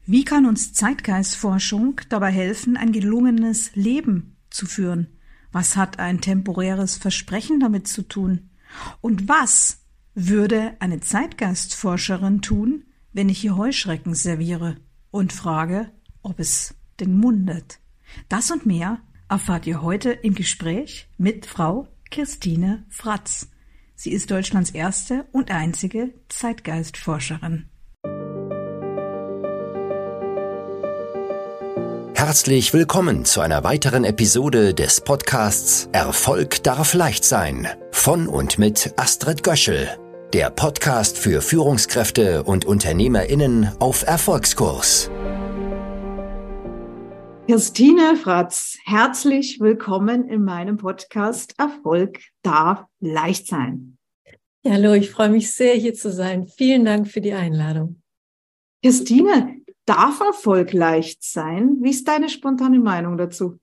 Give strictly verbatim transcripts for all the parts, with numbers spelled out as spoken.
Wie kann uns Zeitgeistforschung dabei helfen, ein gelungenes Leben zu führen? Was hat ein temporäres Versprechen damit zu tun? Und was würde eine Zeitgeistforscherin tun, wenn ich ihr Heuschrecken serviere und frage, ob es denn mundet? Das und mehr erfahrt ihr heute im Gespräch mit Frau Christine Fratz. Sie ist Deutschlands erste und einzige Zeitgeistforscherin. Herzlich willkommen zu einer weiteren Episode des Podcasts Erfolg darf leicht sein von und mit Astrid Göschel, der Podcast für Führungskräfte und UnternehmerInnen auf Erfolgskurs. Christine Fratz, herzlich willkommen in meinem Podcast Erfolg darf leicht sein. Ja, hallo, ich freue mich sehr, hier zu sein. Vielen Dank für die Einladung. Christine, darf Erfolg leicht sein? Wie ist deine spontane Meinung dazu?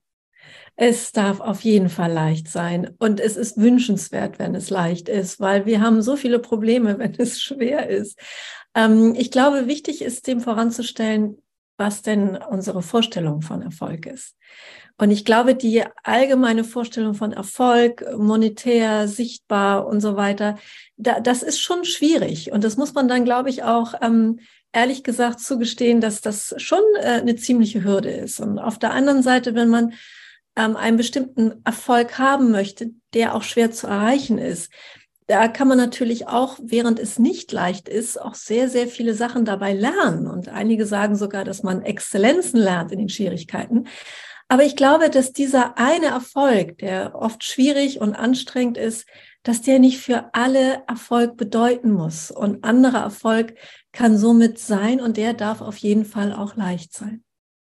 Es darf auf jeden Fall leicht sein und es ist wünschenswert, wenn es leicht ist, weil wir haben so viele Probleme, wenn es schwer ist. Ähm, ich glaube, wichtig ist, dem voranzustellen, was denn unsere Vorstellung von Erfolg ist. Und ich glaube, die allgemeine Vorstellung von Erfolg, monetär, sichtbar und so weiter, da, das ist schon schwierig. Und das muss man dann, glaube ich, auch ähm, ehrlich gesagt zugestehen, dass das schon äh, eine ziemliche Hürde ist. Und auf der anderen Seite, wenn man ähm, einen bestimmten Erfolg haben möchte, der auch schwer zu erreichen ist, da kann man natürlich auch, während es nicht leicht ist, auch sehr, sehr viele Sachen dabei lernen. Und einige sagen sogar, dass man Exzellenzen lernt in den Schwierigkeiten. Aber ich glaube, dass dieser eine Erfolg, der oft schwierig und anstrengend ist, dass der nicht für alle Erfolg bedeuten muss. Und anderer Erfolg kann somit sein und der darf auf jeden Fall auch leicht sein.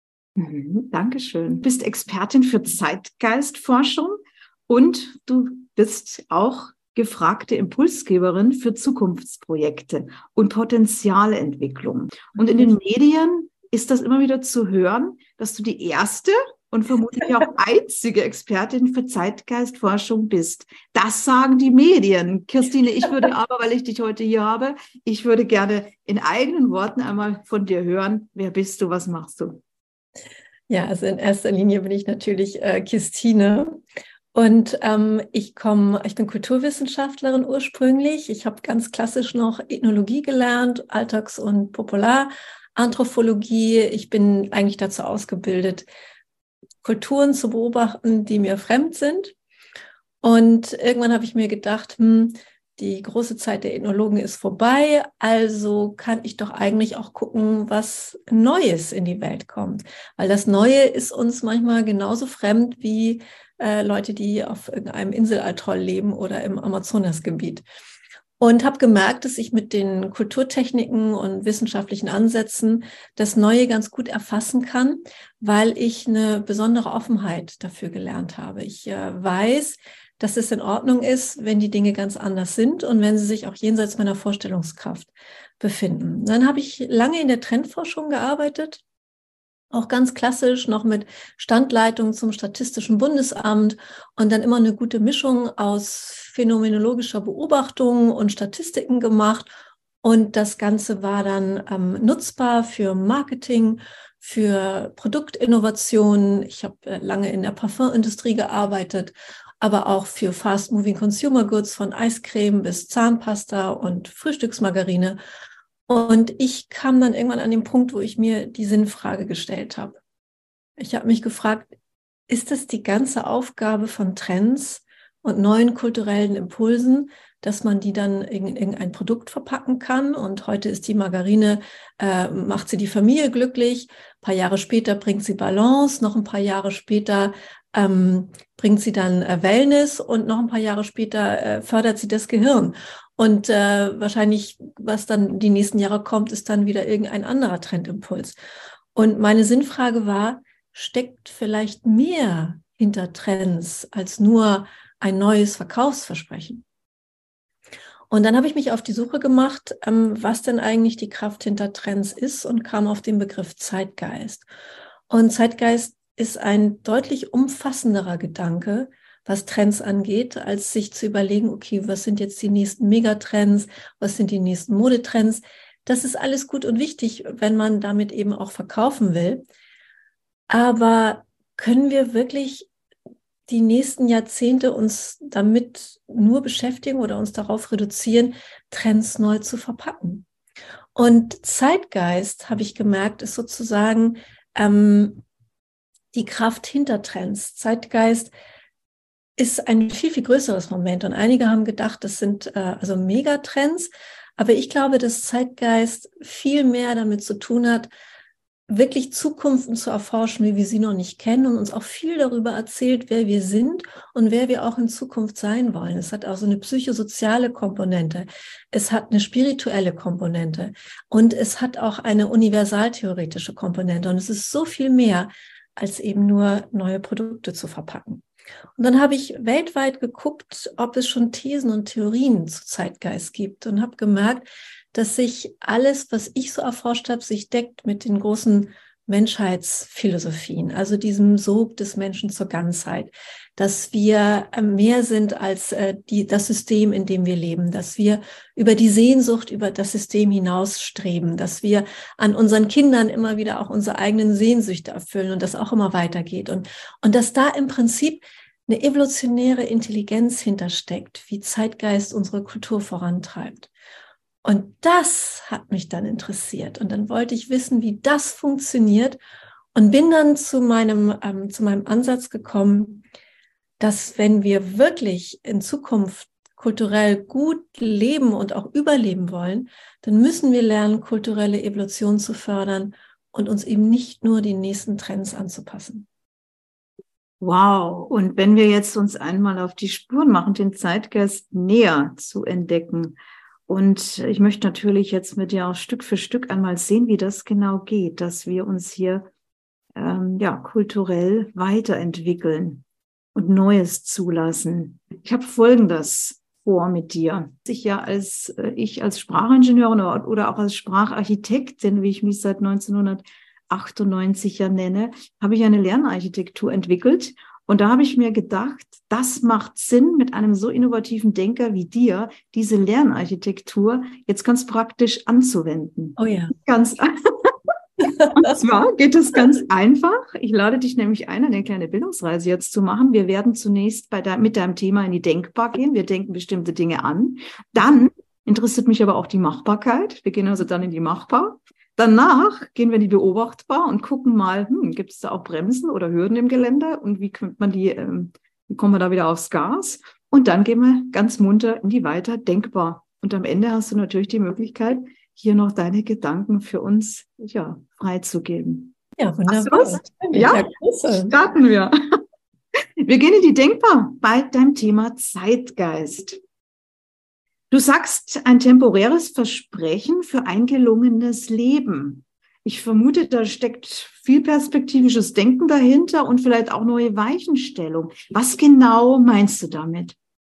Mhm, Dankeschön. Du bist Expertin für Zeitgeistforschung und du bist auch gefragte Impulsgeberin für Zukunftsprojekte und Potenzialentwicklung. Und in den Medien ist das immer wieder zu hören, dass du die erste und vermutlich auch einzige Expertin für Zeitgeistforschung bist. Das sagen die Medien. Christine, ich würde aber, weil ich dich heute hier habe, ich würde gerne in eigenen Worten einmal von dir hören. Wer bist du? Was machst du? Ja, also in erster Linie bin ich natürlich äh, Christine. Und ähm, ich komme, ich bin Kulturwissenschaftlerin ursprünglich. Ich habe ganz klassisch noch Ethnologie gelernt, Alltags- und Popularanthropologie. Ich bin eigentlich dazu ausgebildet, Kulturen zu beobachten, die mir fremd sind. Und irgendwann habe ich mir gedacht, hm, die große Zeit der Ethnologen ist vorbei, also kann ich doch eigentlich auch gucken, was Neues in die Welt kommt. Weil das Neue ist uns manchmal genauso fremd wie äh, Leute, die auf irgendeinem Inselatol leben oder im Amazonasgebiet. Und habe gemerkt, dass ich mit den Kulturtechniken und wissenschaftlichen Ansätzen das Neue ganz gut erfassen kann, weil ich eine besondere Offenheit dafür gelernt habe. Ich äh, weiß, dass es in Ordnung ist, wenn die Dinge ganz anders sind und wenn sie sich auch jenseits meiner Vorstellungskraft befinden. Dann habe ich lange in der Trendforschung gearbeitet, auch ganz klassisch noch mit Standleitung zum Statistischen Bundesamt und dann immer eine gute Mischung aus phänomenologischer Beobachtung und Statistiken gemacht. Und das Ganze war dann ähm, nutzbar für Marketing, für Produktinnovationen. Ich habe äh, lange in der Parfümindustrie gearbeitet, aber auch für Fast-Moving Consumer Goods von Eiscreme bis Zahnpasta und Frühstücksmargarine. Und ich kam dann irgendwann an den Punkt, wo ich mir die Sinnfrage gestellt habe. Ich habe mich gefragt, ist das die ganze Aufgabe von Trends und neuen kulturellen Impulsen, dass man die dann in irgendein Produkt verpacken kann? Und heute ist die Margarine, äh, macht sie die Familie glücklich. Ein paar Jahre später bringt sie Balance, noch ein paar Jahre später ähm, bringt sie dann äh, Wellness und noch ein paar Jahre später äh, fördert sie das Gehirn. Und äh, wahrscheinlich, was dann die nächsten Jahre kommt, ist dann wieder irgendein anderer Trendimpuls. Und meine Sinnfrage war, steckt vielleicht mehr hinter Trends als nur ein neues Verkaufsversprechen? Und dann habe ich mich auf die Suche gemacht, ähm, was denn eigentlich die Kraft hinter Trends ist und kam auf den Begriff Zeitgeist. Und Zeitgeist ist ein deutlich umfassenderer Gedanke, was Trends angeht, als sich zu überlegen, okay, was sind jetzt die nächsten Megatrends, was sind die nächsten Modetrends? das ist alles gut und wichtig, wenn man damit eben auch verkaufen will. Aber können wir wirklich die nächsten Jahrzehnte uns damit nur beschäftigen oder uns darauf reduzieren, Trends neu zu verpacken? Und Zeitgeist, habe ich gemerkt, ist sozusagen ähm, die Kraft hinter Trends. Zeitgeist ist ein viel, viel größeres Moment. Und einige haben gedacht, das sind äh, also Megatrends. Aber ich glaube, dass Zeitgeist viel mehr damit zu tun hat, wirklich Zukunften zu erforschen, wie wir sie noch nicht kennen, und uns auch viel darüber erzählt, wer wir sind und wer wir auch in Zukunft sein wollen. Es hat auch so eine psychosoziale Komponente, es hat eine spirituelle Komponente und es hat auch eine universaltheoretische Komponente. Und es ist so viel mehr, als eben nur neue Produkte zu verpacken. Und dann habe ich weltweit geguckt, ob es schon Thesen und Theorien zu Zeitgeist gibt, und habe gemerkt, dass sich alles, was ich so erforscht habe, sich deckt mit den großen Menschheitsphilosophien, also diesem Sog des Menschen zur Ganzheit, dass wir mehr sind als äh, die, das System, in dem wir leben, dass wir über die Sehnsucht, über das System hinaus streben, dass wir an unseren Kindern immer wieder auch unsere eigenen Sehnsüchte erfüllen und das auch immer weitergeht. Und, und dass da im Prinzip eine evolutionäre Intelligenz hintersteckt, wie Zeitgeist unsere Kultur vorantreibt. Und das hat mich dann interessiert. Und dann wollte ich wissen, wie das funktioniert, und bin dann zu meinem, ähm, zu meinem Ansatz gekommen, dass wenn wir wirklich in Zukunft kulturell gut leben und auch überleben wollen, dann müssen wir lernen, kulturelle Evolution zu fördern und uns eben nicht nur den nächsten Trends anzupassen. Wow. Und wenn wir jetzt uns einmal auf die Spuren machen, den Zeitgeist näher zu entdecken, und ich möchte natürlich jetzt mit dir auch Stück für Stück einmal sehen, wie das genau geht, dass wir uns hier ähm, ja kulturell weiterentwickeln und Neues zulassen. Ich habe Folgendes vor mit dir. Ich ja als äh, ich als Sprachingenieurin oder, oder auch als Spracharchitektin, wie ich mich seit neunzehnhundertachtundneunzig ja nenne, habe ich eine Lernarchitektur entwickelt. Und da habe ich mir gedacht, das macht Sinn, mit einem so innovativen Denker wie dir diese Lernarchitektur jetzt ganz praktisch anzuwenden. Oh ja. Ganz Und zwar geht es ganz einfach. Ich lade dich nämlich ein, eine kleine Bildungsreise jetzt zu machen. Wir werden zunächst bei de- mit deinem Thema in die Denkbar gehen. Wir denken bestimmte Dinge an. Dann interessiert mich aber auch die Machbarkeit. Wir gehen also dann in die Machbar. Danach gehen wir in die Beobachtbar und gucken mal, hm, gibt es da auch Bremsen oder Hürden im Gelände und wie kommt man die, ähm, wie kommen wir da wieder aufs Gas? Und dann gehen wir ganz munter in die Weiterdenkbar. Und am Ende hast du natürlich die Möglichkeit, hier noch deine Gedanken für uns ja freizugeben. Ja, wunderbar. Ja, starten wir. Wir gehen in die Denkbar bei deinem Thema Zeitgeist. Du sagst, ein temporäres Versprechen für ein gelungenes Leben. Ich vermute, da steckt viel perspektivisches Denken dahinter und vielleicht auch neue Weichenstellung. Was genau meinst du damit?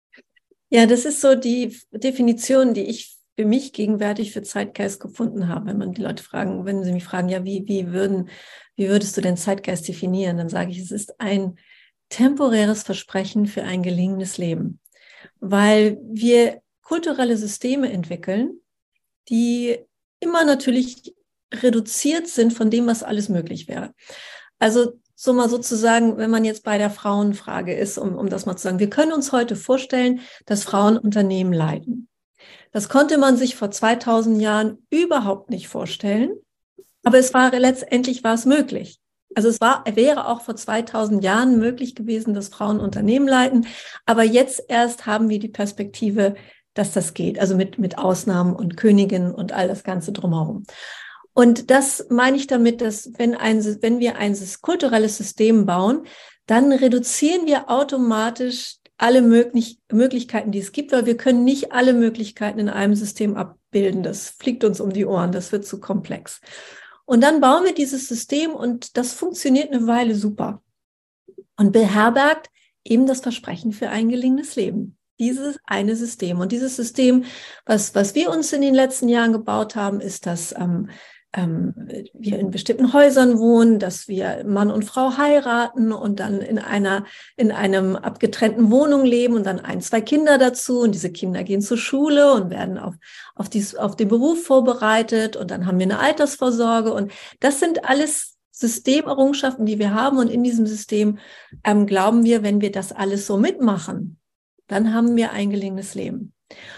Ja, das ist so die Definition, die ich für mich gegenwärtig für Zeitgeist gefunden habe. Wenn man die Leute fragen, wenn sie mich fragen, ja, wie, wie würden, wie würdest du denn Zeitgeist definieren? Dann sage ich, es ist ein temporäres Versprechen für ein gelingendes Leben. Weil wir kulturelle Systeme entwickeln, die immer natürlich reduziert sind von dem, was alles möglich wäre. Also so mal sozusagen, wenn man jetzt bei der Frauenfrage ist, um, um das mal zu sagen, wir können uns heute vorstellen, dass Frauen Unternehmen leiten. Das konnte man sich vor zweitausend Jahren überhaupt nicht vorstellen, aber es war letztendlich war es möglich. Also es war, wäre auch vor zweitausend Jahren möglich gewesen, dass Frauen Unternehmen leiten, aber jetzt erst haben wir die Perspektive, dass das geht, also mit, mit Ausnahmen und Königinnen und all das Ganze drumherum. Und das meine ich damit, dass wenn, ein, wenn wir ein kulturelles System bauen, dann reduzieren wir automatisch alle möglich, Möglichkeiten, die es gibt, weil wir können nicht alle Möglichkeiten in einem System abbilden. Das fliegt uns um die Ohren, das wird zu komplex. Und dann bauen wir dieses System und das funktioniert eine Weile super und beherbergt eben das Versprechen für ein gelingendes Leben. Dieses eine System. Und dieses System, was, was wir uns in den letzten Jahren gebaut haben, ist das, ähm, ähm, wir in bestimmten Häusern wohnen, dass wir Mann und Frau heiraten und dann in einer, in einem abgetrennten Wohnung leben und dann ein, zwei Kinder dazu und diese Kinder gehen zur Schule und werden auf, auf, dies, auf den Beruf vorbereitet und dann haben wir eine Altersvorsorge und das sind alles Systemerrungenschaften, die wir haben und in diesem System ähm, glauben wir, wenn wir das alles so mitmachen, dann haben wir ein gelingendes Leben.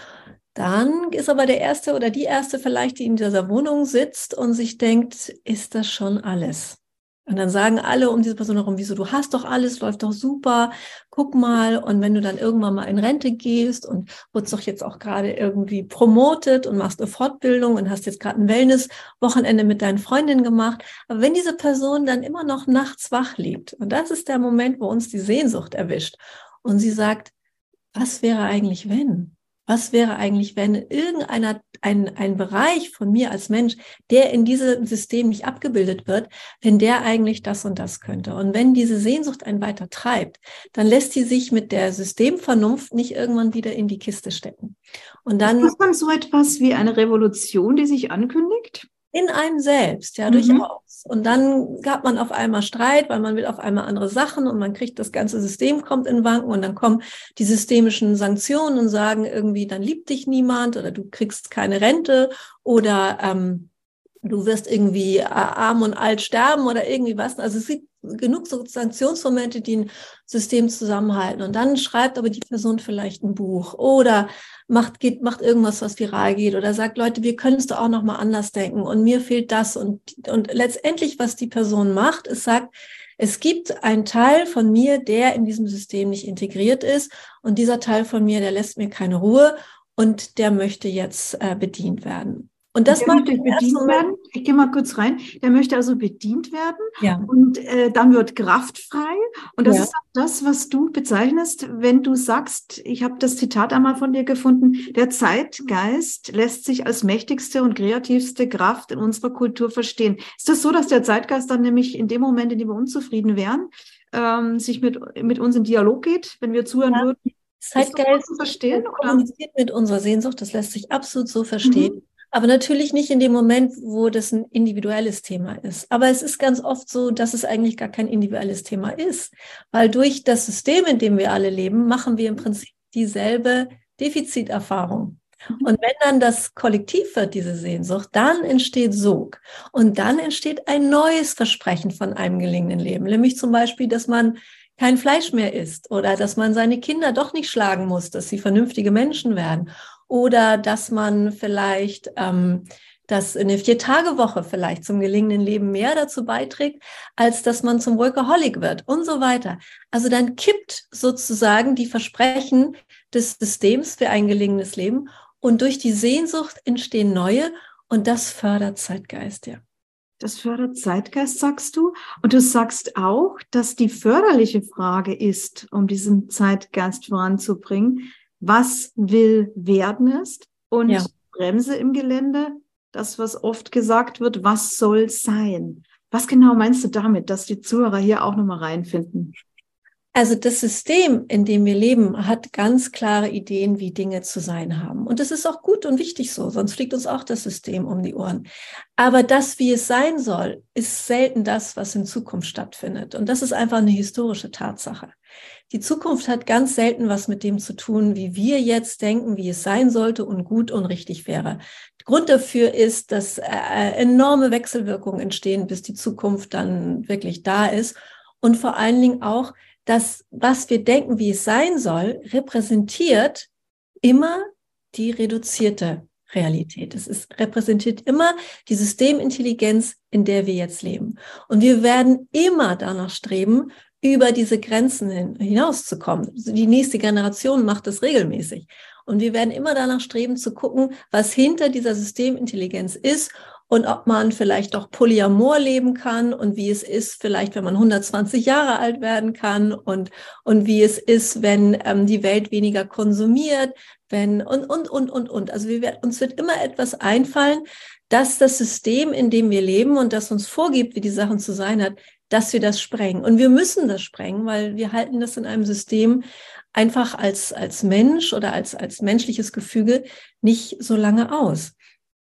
Dann ist aber der Erste oder die Erste vielleicht, die in dieser Wohnung sitzt und sich denkt, ist das schon alles? Und dann sagen alle um diese Person herum, wieso, du hast doch alles, läuft doch super, guck mal. Und wenn du dann irgendwann mal in Rente gehst und wurdest doch jetzt auch gerade irgendwie promotet und machst eine Fortbildung und hast jetzt gerade ein Wellness-Wochenende mit deinen Freundinnen gemacht. Aber wenn diese Person dann immer noch nachts wach liegt, und das ist der Moment, wo uns die Sehnsucht erwischt, und sie sagt, was wäre eigentlich, wenn? Was wäre eigentlich, wenn irgendeiner, ein, ein Bereich von mir als Mensch, der in diesem System nicht abgebildet wird, wenn der eigentlich das und das könnte? Und wenn diese Sehnsucht einen weiter treibt, dann lässt sie sich mit der Systemvernunft nicht irgendwann wieder in die Kiste stecken. Und dann. Ist das dann so etwas wie eine Revolution, die sich ankündigt? In einem selbst, ja, mhm. durchaus. Und dann hat man auf einmal Streit, weil man will auf einmal andere Sachen und man kriegt, das ganze System kommt in Wanken und dann kommen die systemischen Sanktionen und sagen irgendwie, dann liebt dich niemand oder du kriegst keine Rente oder ähm, du wirst irgendwie arm und alt sterben oder irgendwie was. Also es gibt genug so Sanktionsmomente, die ein System zusammenhalten. Und dann schreibt aber die Person vielleicht ein Buch oder macht, geht, macht irgendwas, was viral geht oder sagt, Leute, wir können es doch auch noch mal anders denken und mir fehlt das. Und, und letztendlich, was die Person macht, ist sagt, es gibt einen Teil von mir, der in diesem System nicht integriert ist und dieser Teil von mir, der lässt mir keine Ruhe und der möchte jetzt äh, bedient werden. Und das der mag möchte bedient werden. Ich gehe mal kurz rein. Der möchte also bedient werden. Ja. Und äh, dann wird Kraft frei. Und das Ja. ist auch das, was du bezeichnest, wenn du sagst, ich habe das Zitat einmal von dir gefunden, der Zeitgeist lässt sich als mächtigste und kreativste Kraft in unserer Kultur verstehen. Ist das so, dass der Zeitgeist dann nämlich in dem Moment, in dem wir unzufrieden wären, ähm, sich mit, mit uns in Dialog geht, wenn wir zuhören Ja. würden? Zeitgeist so verstehen, kommuniziert mit unserer Sehnsucht, das lässt sich absolut so verstehen. Mhm. Aber natürlich nicht in dem Moment, wo das ein individuelles Thema ist. Aber es ist ganz oft so, dass es eigentlich gar kein individuelles Thema ist. Weil durch das System, in dem wir alle leben, machen wir im Prinzip dieselbe Defiziterfahrung. Und wenn dann das Kollektiv wird, diese Sehnsucht, dann entsteht Sog. Und dann entsteht ein neues Versprechen von einem gelingenden Leben. Nämlich zum Beispiel, dass man kein Fleisch mehr isst oder dass man seine Kinder doch nicht schlagen muss, dass sie vernünftige Menschen werden. Oder dass man vielleicht, ähm, dass eine Vier-Tage-Woche vielleicht zum gelingenden Leben mehr dazu beiträgt, als dass man zum Workaholic wird und so weiter. Also dann kippt sozusagen die Versprechen des Systems für ein gelingendes Leben und durch die Sehnsucht entstehen neue und das fördert Zeitgeist, ja. Das fördert Zeitgeist, sagst du. Und du sagst auch, dass die förderliche Frage ist, um diesen Zeitgeist voranzubringen, was will werden ist und ja. Bremse im Gelände, das, was oft gesagt wird, was soll sein? Was genau meinst du damit, dass die Zuhörer hier auch nochmal reinfinden? Also das System, in dem wir leben, hat ganz klare Ideen, wie Dinge zu sein haben. Und das ist auch gut und wichtig so, sonst fliegt uns auch das System um die Ohren. Aber das, wie es sein soll, ist selten das, was in Zukunft stattfindet. Und das ist einfach eine historische Tatsache. Die Zukunft hat ganz selten was mit dem zu tun, wie wir jetzt denken, wie es sein sollte und gut und richtig wäre. Grund dafür ist, dass äh, enorme Wechselwirkungen entstehen, bis die Zukunft dann wirklich da ist. Und vor allen Dingen auch, dass was wir denken, wie es sein soll, repräsentiert immer die reduzierte Realität. Es ist, repräsentiert immer die Systemintelligenz, in der wir jetzt leben. Und wir werden immer danach streben, über diese Grenzen hin, hinauszukommen. Die nächste Generation macht das regelmäßig. Und wir werden immer danach streben, zu gucken, was hinter dieser Systemintelligenz ist und ob man vielleicht doch Polyamor leben kann und wie es ist, vielleicht, wenn man hundertzwanzig Jahre alt werden kann und, und wie es ist, wenn ähm, die Welt weniger konsumiert, wenn und, und, und, und, und. Also wir, uns wird immer etwas einfallen, dass das System, in dem wir leben und das uns vorgibt, wie die Sachen zu sein hat, dass wir das sprengen. Und wir müssen das sprengen, weil wir halten das in einem System einfach als, als Mensch oder als, als menschliches Gefüge nicht so lange aus.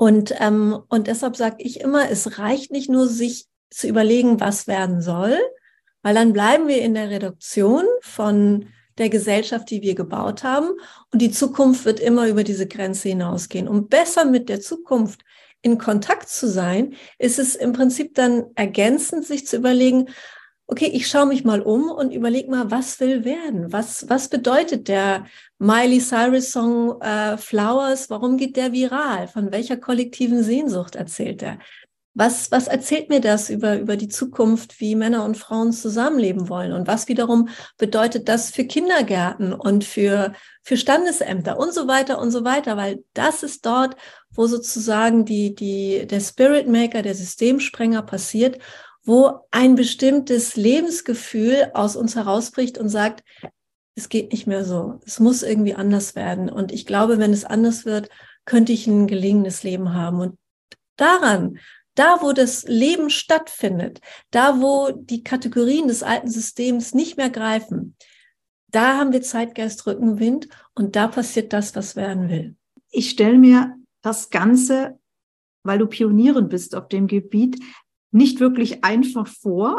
Und, ähm, und deshalb sage ich immer, es reicht nicht nur, sich zu überlegen, was werden soll, weil dann bleiben wir in der Reduktion von der Gesellschaft, die wir gebaut haben. Und die Zukunft wird immer über diese Grenze hinausgehen. Um besser mit der Zukunft in Kontakt zu sein, ist es im Prinzip dann ergänzend, sich zu überlegen, okay, ich schaue mich mal um und überlege mal, was will werden? Was, was bedeutet der Miley Cyrus Song äh, Flowers? Warum geht der viral? Von welcher kollektiven Sehnsucht erzählt er? Was, was erzählt mir das über, über die Zukunft, wie Männer und Frauen zusammenleben wollen? Und was wiederum bedeutet das für Kindergärten und für, für Standesämter und so weiter und so weiter? Weil das ist dort, wo sozusagen die, die, der Spirit Maker, der Systemsprenger passiert, wo ein bestimmtes Lebensgefühl aus uns herausbricht und sagt, es geht nicht mehr so, es muss irgendwie anders werden. Und ich glaube, wenn es anders wird, könnte ich ein gelingendes Leben haben. Und daran, da wo das Leben stattfindet, da wo die Kategorien des alten Systems nicht mehr greifen, da haben wir Zeitgeist-Rückenwind und da passiert das, was werden will. Ich stelle mir das Ganze, weil du Pionierin bist auf dem Gebiet, nicht wirklich einfach vor,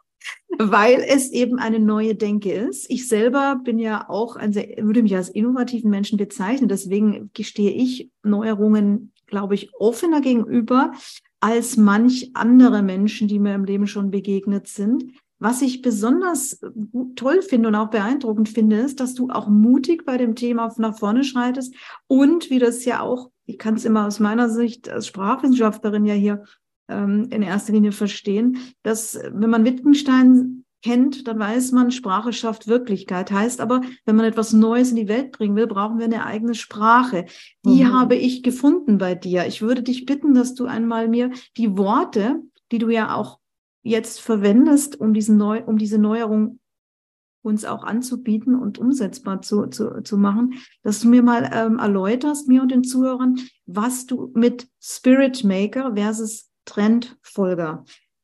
weil es eben eine neue Denke ist. Ich selber bin ja auch, ein sehr, würde mich als innovativen Menschen bezeichnen. Deswegen gestehe ich Neuerungen, glaube ich, offener gegenüber als manch andere Menschen, die mir im Leben schon begegnet sind. Was ich besonders toll finde und auch beeindruckend finde, ist, dass du auch mutig bei dem Thema nach vorne schreitest und wie das ja auch, ich kann es immer aus meiner Sicht als Sprachwissenschaftlerin ja hier in erster Linie verstehen, dass wenn man Wittgenstein kennt, dann weiß man, Sprache schafft Wirklichkeit. Heißt aber, wenn man etwas Neues in die Welt bringen will, brauchen wir eine eigene Sprache. Die mhm. habe ich gefunden bei dir. Ich würde dich bitten, dass du einmal mir die Worte, die du ja auch jetzt verwendest, um diesen Neu- um diese Neuerung uns auch anzubieten und umsetzbar zu, zu, zu machen, dass du mir mal ähm, erläuterst, mir und den Zuhörern, was du mit Spirit Maker versus Trendfolger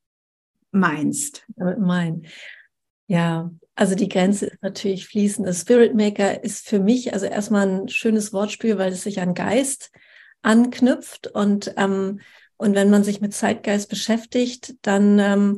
meinst. Damit mein. Ja, also die Grenze ist natürlich fließend. Das Spirit Maker ist für mich also erstmal ein schönes Wortspiel, weil es sich an Geist anknüpft und, ähm, und wenn man sich mit Zeitgeist beschäftigt, dann ähm,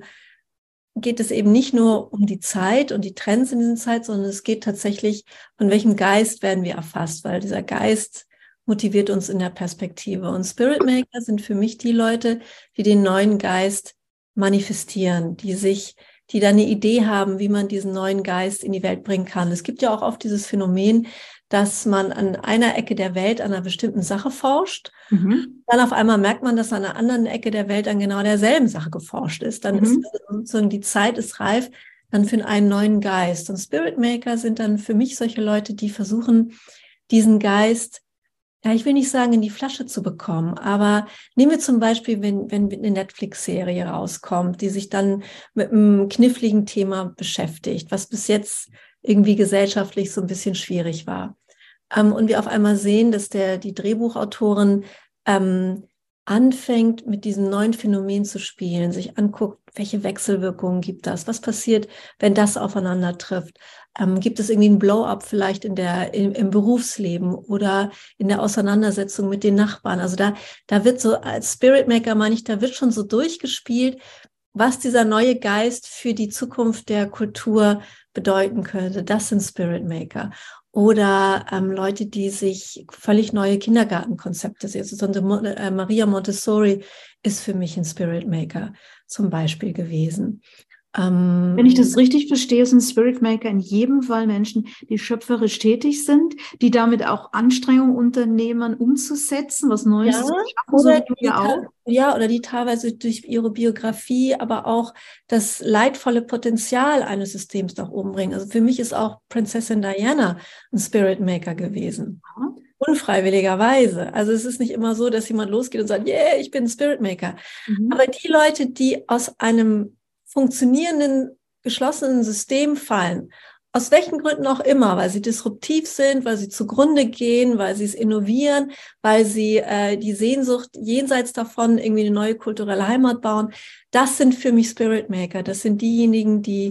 geht es eben nicht nur um die Zeit und die Trends in dieser Zeit, sondern es geht tatsächlich, von welchem Geist werden wir erfasst, weil dieser Geist motiviert uns in der Perspektive. Und Spirit Maker sind für mich die Leute, die den neuen Geist manifestieren, die sich, die da eine Idee haben, wie man diesen neuen Geist in die Welt bringen kann. Es gibt ja auch oft dieses Phänomen, dass man an einer Ecke der Welt an einer bestimmten Sache forscht. Mhm. Dann auf einmal merkt man, dass an einer anderen Ecke der Welt an genau derselben Sache geforscht ist. Dann mhm. ist sozusagen die Zeit ist reif dann für einen neuen Geist. Und Spirit Maker sind dann für mich solche Leute, die versuchen, diesen Geist, ja, ich will nicht sagen, in die Flasche zu bekommen, aber nehmen wir zum Beispiel, wenn, wenn eine Netflix-Serie rauskommt, die sich dann mit einem kniffligen Thema beschäftigt, was bis jetzt irgendwie gesellschaftlich so ein bisschen schwierig war. Ähm, und wir auf einmal sehen, dass der, die Drehbuchautorin ähm, anfängt, mit diesem neuen Phänomen zu spielen, sich anguckt, welche Wechselwirkungen gibt das, was passiert, wenn das aufeinander trifft. Ähm, gibt es irgendwie einen Blow-up vielleicht in der, im, im Berufsleben oder in der Auseinandersetzung mit den Nachbarn? Also da, da wird so, als Spirit Maker meine ich, da wird schon so durchgespielt, was dieser neue Geist für die Zukunft der Kultur bedeuten könnte. Das sind Spirit Maker. Oder ähm, Leute, die sich völlig neue Kindergartenkonzepte sehen. Also äh, Maria Montessori ist für mich ein Spirit Maker zum Beispiel gewesen. Ähm, Wenn ich das richtig verstehe, sind Spirit Maker in jedem Fall Menschen, die schöpferisch tätig sind, die damit auch Anstrengungen unternehmen, umzusetzen, was Neues ja, zu schaffen, oder so wie die, du auch. Ja, oder die teilweise durch ihre Biografie, aber auch das leidvolle Potenzial eines Systems nach oben bringen. Also für mich ist auch Prinzessin Diana ein Spirit Maker gewesen. Ja. Unfreiwilligerweise. Also es ist nicht immer so, dass jemand losgeht und sagt, yeah, ich bin ein Spirit Maker. Mhm. Aber die Leute, die aus einem funktionierenden, geschlossenen System fallen, aus welchen Gründen auch immer, weil sie disruptiv sind, weil sie zugrunde gehen, weil sie es innovieren, weil sie äh, die Sehnsucht jenseits davon irgendwie eine neue kulturelle Heimat bauen, das sind für mich Spirit Maker. Das sind diejenigen, die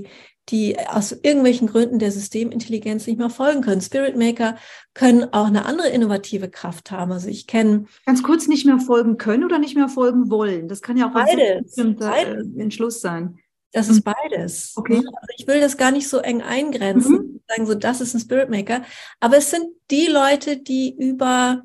die aus irgendwelchen Gründen der Systemintelligenz nicht mehr folgen können. Spirit Maker können auch eine andere innovative Kraft haben. Also ich kenne... Ganz kurz, nicht mehr folgen können oder nicht mehr folgen wollen? Das kann ja auch ein beides, bestimmter äh, beides. Entschluss sein. Das ist beides. Okay. Also ich will das gar nicht so eng eingrenzen, Mhm. sagen so, das ist ein Spirit Maker. Aber es sind die Leute, die über,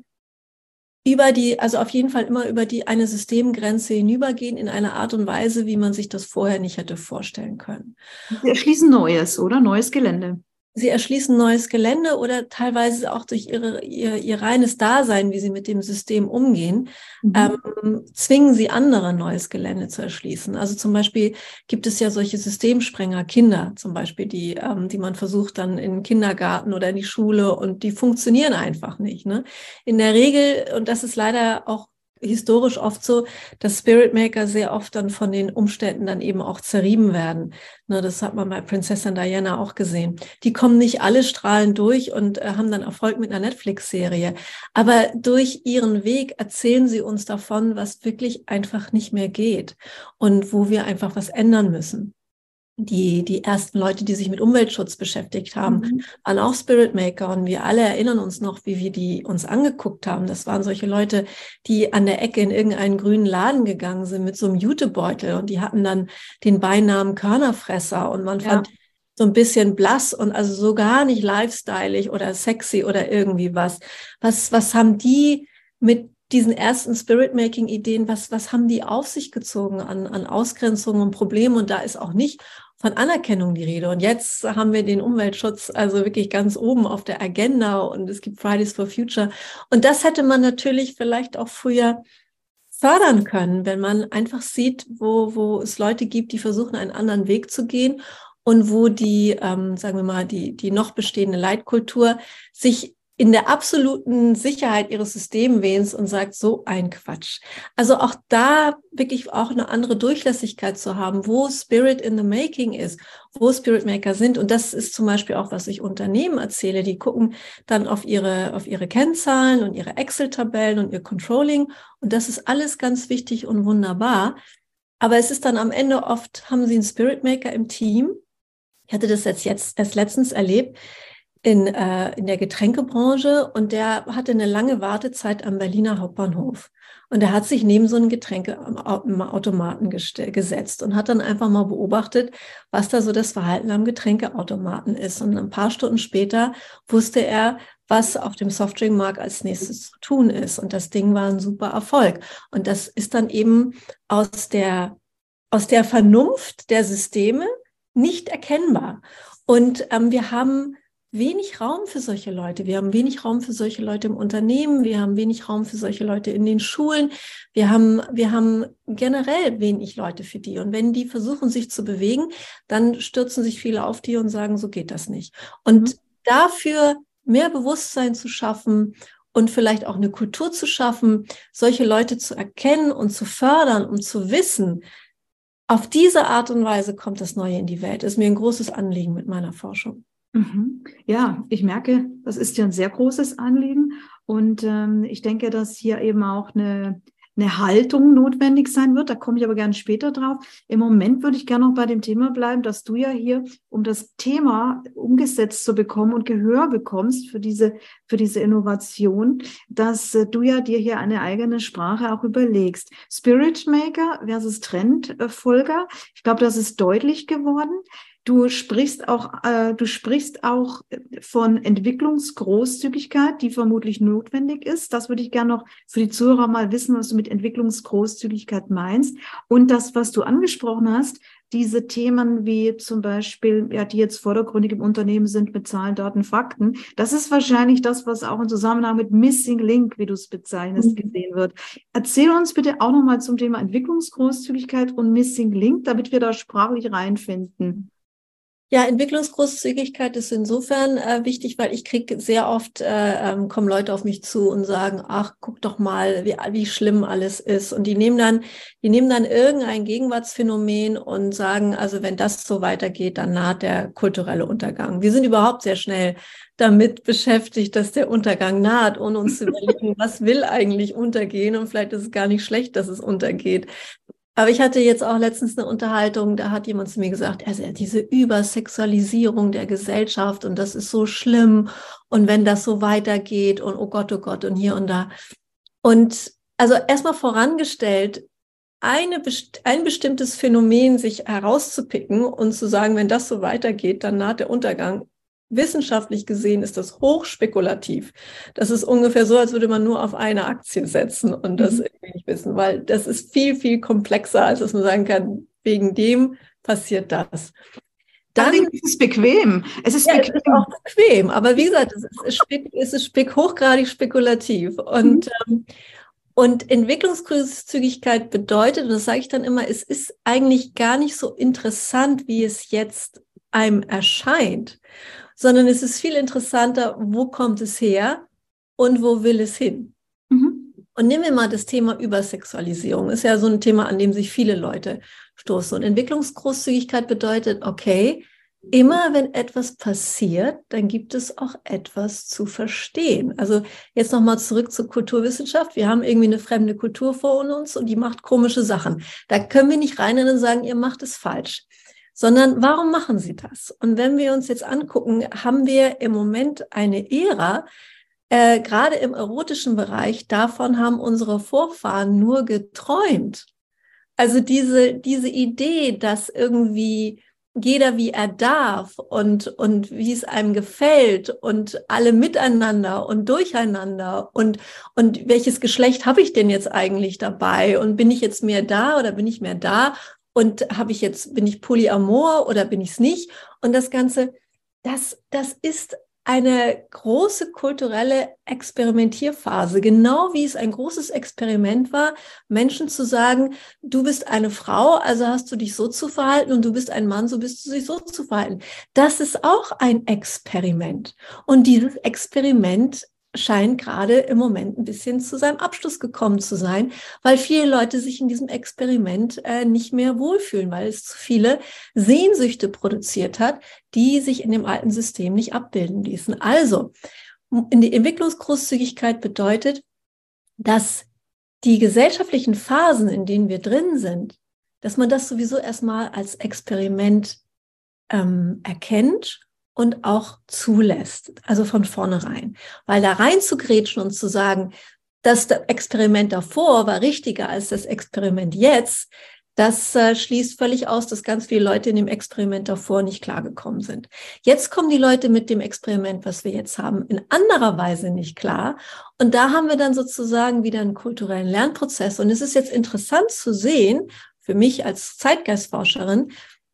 über die, also auf jeden Fall immer über die eine Systemgrenze hinübergehen in einer Art und Weise, wie man sich das vorher nicht hätte vorstellen können. Sie erschließen Neues, oder? Neues Gelände. Sie erschließen neues Gelände oder teilweise auch durch ihre, ihr, ihr reines Dasein, wie sie mit dem System umgehen, mhm. ähm, zwingen sie andere, neues Gelände zu erschließen. Also zum Beispiel gibt es ja solche Systemsprenger, Kinder zum Beispiel, die, ähm, die man versucht dann in den Kindergarten oder in die Schule und die funktionieren einfach nicht. Ne? In der Regel, und das ist leider auch historisch oft so, dass Spirit Maker sehr oft dann von den Umständen dann eben auch zerrieben werden. Ne, das hat man bei Prinzessin Diana auch gesehen. Die kommen nicht alle strahlend durch und äh, haben dann Erfolg mit einer Netflix-Serie. Aber durch ihren Weg erzählen sie uns davon, was wirklich einfach nicht mehr geht und wo wir einfach was ändern müssen. Die, die ersten Leute, die sich mit Umweltschutz beschäftigt haben, mhm. waren auch Spirit Maker und wir alle erinnern uns noch, wie wir die uns angeguckt haben. Das waren solche Leute, die an der Ecke in irgendeinen grünen Laden gegangen sind mit so einem Jutebeutel und die hatten dann den Beinamen Körnerfresser und man ja. fand so ein bisschen blass und also so gar nicht lifestyleig oder sexy oder irgendwie was. Was, was haben die mit diesen ersten Spirit-Making-Ideen, was, was haben die auf sich gezogen an, an Ausgrenzungen und Problemen? Und da ist auch nicht von Anerkennung die Rede. Und jetzt haben wir den Umweltschutz also wirklich ganz oben auf der Agenda und es gibt Fridays for Future. Und das hätte man natürlich vielleicht auch früher fördern können, wenn man einfach sieht, wo, wo es Leute gibt, die versuchen, einen anderen Weg zu gehen und wo die, ähm, sagen wir mal, die, die noch bestehende Leitkultur sich in der absoluten Sicherheit ihres Systemwehens und sagt, so ein Quatsch. Also auch da wirklich auch eine andere Durchlässigkeit zu haben, wo Spirit in the Making ist, wo Spirit Maker sind. Und das ist zum Beispiel auch, was ich Unternehmen erzähle. Die gucken dann auf ihre, auf ihre Kennzahlen und ihre Excel-Tabellen und ihr Controlling. Und das ist alles ganz wichtig und wunderbar. Aber es ist dann am Ende oft, haben sie einen Spirit Maker im Team. Ich hatte das jetzt, jetzt erst letztens erlebt. In, äh, in der Getränkebranche und der hatte eine lange Wartezeit am Berliner Hauptbahnhof. Und er hat sich neben so einen Getränkeautomaten gest- gesetzt und hat dann einfach mal beobachtet, was da so das Verhalten am Getränkeautomaten ist. Und ein paar Stunden später wusste er, was auf dem Softdrinkmarkt als nächstes zu tun ist. Und das Ding war ein super Erfolg. Und das ist dann eben aus der, aus der Vernunft der Systeme nicht erkennbar. Und ähm, wir haben wenig Raum für solche Leute. Wir haben wenig Raum für solche Leute im Unternehmen. Wir haben wenig Raum für solche Leute in den Schulen. Wir haben, wir haben generell wenig Leute für die. Und wenn die versuchen, sich zu bewegen, dann stürzen sich viele auf die und sagen, so geht das nicht. Und mhm. dafür mehr Bewusstsein zu schaffen und vielleicht auch eine Kultur zu schaffen, solche Leute zu erkennen und zu fördern, um zu wissen, auf diese Art und Weise kommt das Neue in die Welt. Das ist mir ein großes Anliegen mit meiner Forschung. Mhm. Ja, ich merke, das ist ja ein sehr großes Anliegen und ähm, ich denke, dass hier eben auch eine, eine Haltung notwendig sein wird. Da komme ich aber gerne später drauf. Im Moment würde ich gerne noch bei dem Thema bleiben, dass du ja hier, um das Thema umgesetzt zu bekommen und Gehör bekommst für diese, für diese Innovation, dass äh, du ja dir hier eine eigene Sprache auch überlegst. Spirit Maker versus Trendfolger. Ich glaube, das ist deutlich geworden. Du sprichst auch, äh, du sprichst auch von Entwicklungsgroßzügigkeit, die vermutlich notwendig ist. Das würde ich gerne noch für die Zuhörer mal wissen, was du mit Entwicklungsgroßzügigkeit meinst. Und das, was du angesprochen hast, diese Themen wie zum Beispiel, ja, die jetzt vordergründig im Unternehmen sind mit Zahlen, Daten, Fakten. Das ist wahrscheinlich das, was auch im Zusammenhang mit Missing Link, wie du es bezeichnest, mhm. gesehen wird. Erzähl uns bitte auch nochmal zum Thema Entwicklungsgroßzügigkeit und Missing Link, damit wir da sprachlich reinfinden. Ja, Entwicklungsgroßzügigkeit ist insofern äh, wichtig, weil ich kriege sehr oft, äh, ähm, kommen Leute auf mich zu und sagen, ach, guck doch mal, wie, wie schlimm alles ist. Und die nehmen dann, die nehmen dann irgendein Gegenwartsphänomen und sagen, also wenn das so weitergeht, dann naht der kulturelle Untergang. Wir sind überhaupt sehr schnell damit beschäftigt, dass der Untergang naht, ohne uns zu überlegen, was will eigentlich untergehen. Und vielleicht ist es gar nicht schlecht, dass es untergeht. Aber ich hatte jetzt auch letztens eine Unterhaltung, da hat jemand zu mir gesagt, also diese Übersexualisierung der Gesellschaft und das ist so schlimm und wenn das so weitergeht und oh Gott, oh Gott und hier und da. Und also erstmal vorangestellt, eine, ein bestimmtes Phänomen sich herauszupicken und zu sagen, wenn das so weitergeht, dann naht der Untergang. Wissenschaftlich gesehen ist das hochspekulativ. Das ist ungefähr so, als würde man nur auf eine Aktie setzen und das mhm. irgendwie nicht wissen, weil das ist viel, viel komplexer, als dass man sagen kann, wegen dem passiert das. Dann ist es bequem. Es ist, ja, bequem. Es ist auch bequem, aber wie gesagt, es ist, es ist spek- hochgradig spekulativ. Und, mhm. ähm, und Entwicklungsgroßzügigkeit bedeutet, und das sage ich dann immer, es ist eigentlich gar nicht so interessant, wie es jetzt einem erscheint, sondern es ist viel interessanter, wo kommt es her und wo will es hin. Mhm. Und nehmen wir mal das Thema Übersexualisierung. Ist ja so ein Thema, an dem sich viele Leute stoßen. Und Entwicklungsgroßzügigkeit bedeutet, okay, immer wenn etwas passiert, dann gibt es auch etwas zu verstehen. Also jetzt nochmal zurück zur Kulturwissenschaft. Wir haben irgendwie eine fremde Kultur vor uns und die macht komische Sachen. Da können wir nicht rein und sagen, ihr macht es falsch. Sondern warum machen sie das? Und wenn wir uns jetzt angucken, haben wir im Moment eine Ära, äh, gerade im erotischen Bereich, davon haben unsere Vorfahren nur geträumt. Also diese, diese Idee, dass irgendwie jeder wie er darf und, und wie es einem gefällt und alle miteinander und durcheinander und, und welches Geschlecht habe ich denn jetzt eigentlich dabei und bin ich jetzt mehr da oder bin ich mehr da? Und habe ich jetzt, bin ich polyamor oder bin ich es nicht? Und das Ganze, das, das ist eine große kulturelle Experimentierphase, genau wie es ein großes Experiment war, Menschen zu sagen, du bist eine Frau, also hast du dich so zu verhalten und du bist ein Mann, so bist du dich so zu verhalten. Das ist auch ein Experiment. Und dieses Experiment scheint gerade im Moment ein bisschen zu seinem Abschluss gekommen zu sein, weil viele Leute sich in diesem Experiment äh, nicht mehr wohlfühlen, weil es zu viele Sehnsüchte produziert hat, die sich in dem alten System nicht abbilden ließen. Also, in die Entwicklungsgroßzügigkeit bedeutet, dass die gesellschaftlichen Phasen, in denen wir drin sind, dass man das sowieso erstmal als Experiment ähm, erkennt und auch zulässt, also von vornherein. Weil da rein zu grätschen und zu sagen, das Experiment davor war richtiger als das Experiment jetzt, das äh, schließt völlig aus, dass ganz viele Leute in dem Experiment davor nicht klargekommen sind. Jetzt kommen die Leute mit dem Experiment, was wir jetzt haben, in anderer Weise nicht klar. Und da haben wir dann sozusagen wieder einen kulturellen Lernprozess. Und es ist jetzt interessant zu sehen, für mich als Zeitgeistforscherin,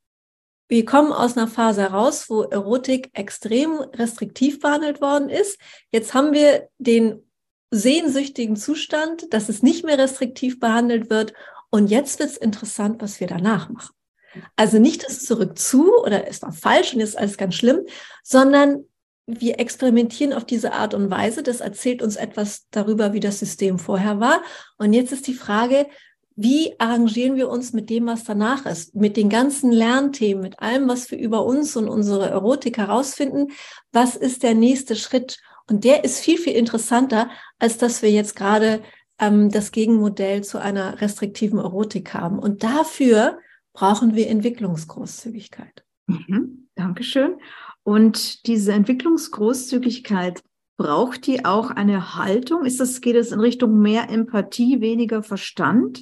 wir kommen aus einer Phase heraus, wo Erotik extrem restriktiv behandelt worden ist. Jetzt haben wir den sehnsüchtigen Zustand, dass es nicht mehr restriktiv behandelt wird. Und jetzt wird es interessant, was wir danach machen. Also nicht das Zurück zu oder es war falsch und jetzt ist alles ganz schlimm, sondern wir experimentieren auf diese Art und Weise. Das erzählt uns etwas darüber, wie das System vorher war. Und jetzt ist die Frage, wie arrangieren wir uns mit dem, was danach ist, mit den ganzen Lernthemen, mit allem, was wir über uns und unsere Erotik herausfinden? Was ist der nächste Schritt? Und der ist viel, viel interessanter, als dass wir jetzt gerade ähm, das Gegenmodell zu einer restriktiven Erotik haben. Und dafür brauchen wir Entwicklungsgroßzügigkeit. Mhm, Dankeschön. Und diese Entwicklungsgroßzügigkeit, braucht die auch eine Haltung? Ist das, geht es in Richtung mehr Empathie, weniger Verstand?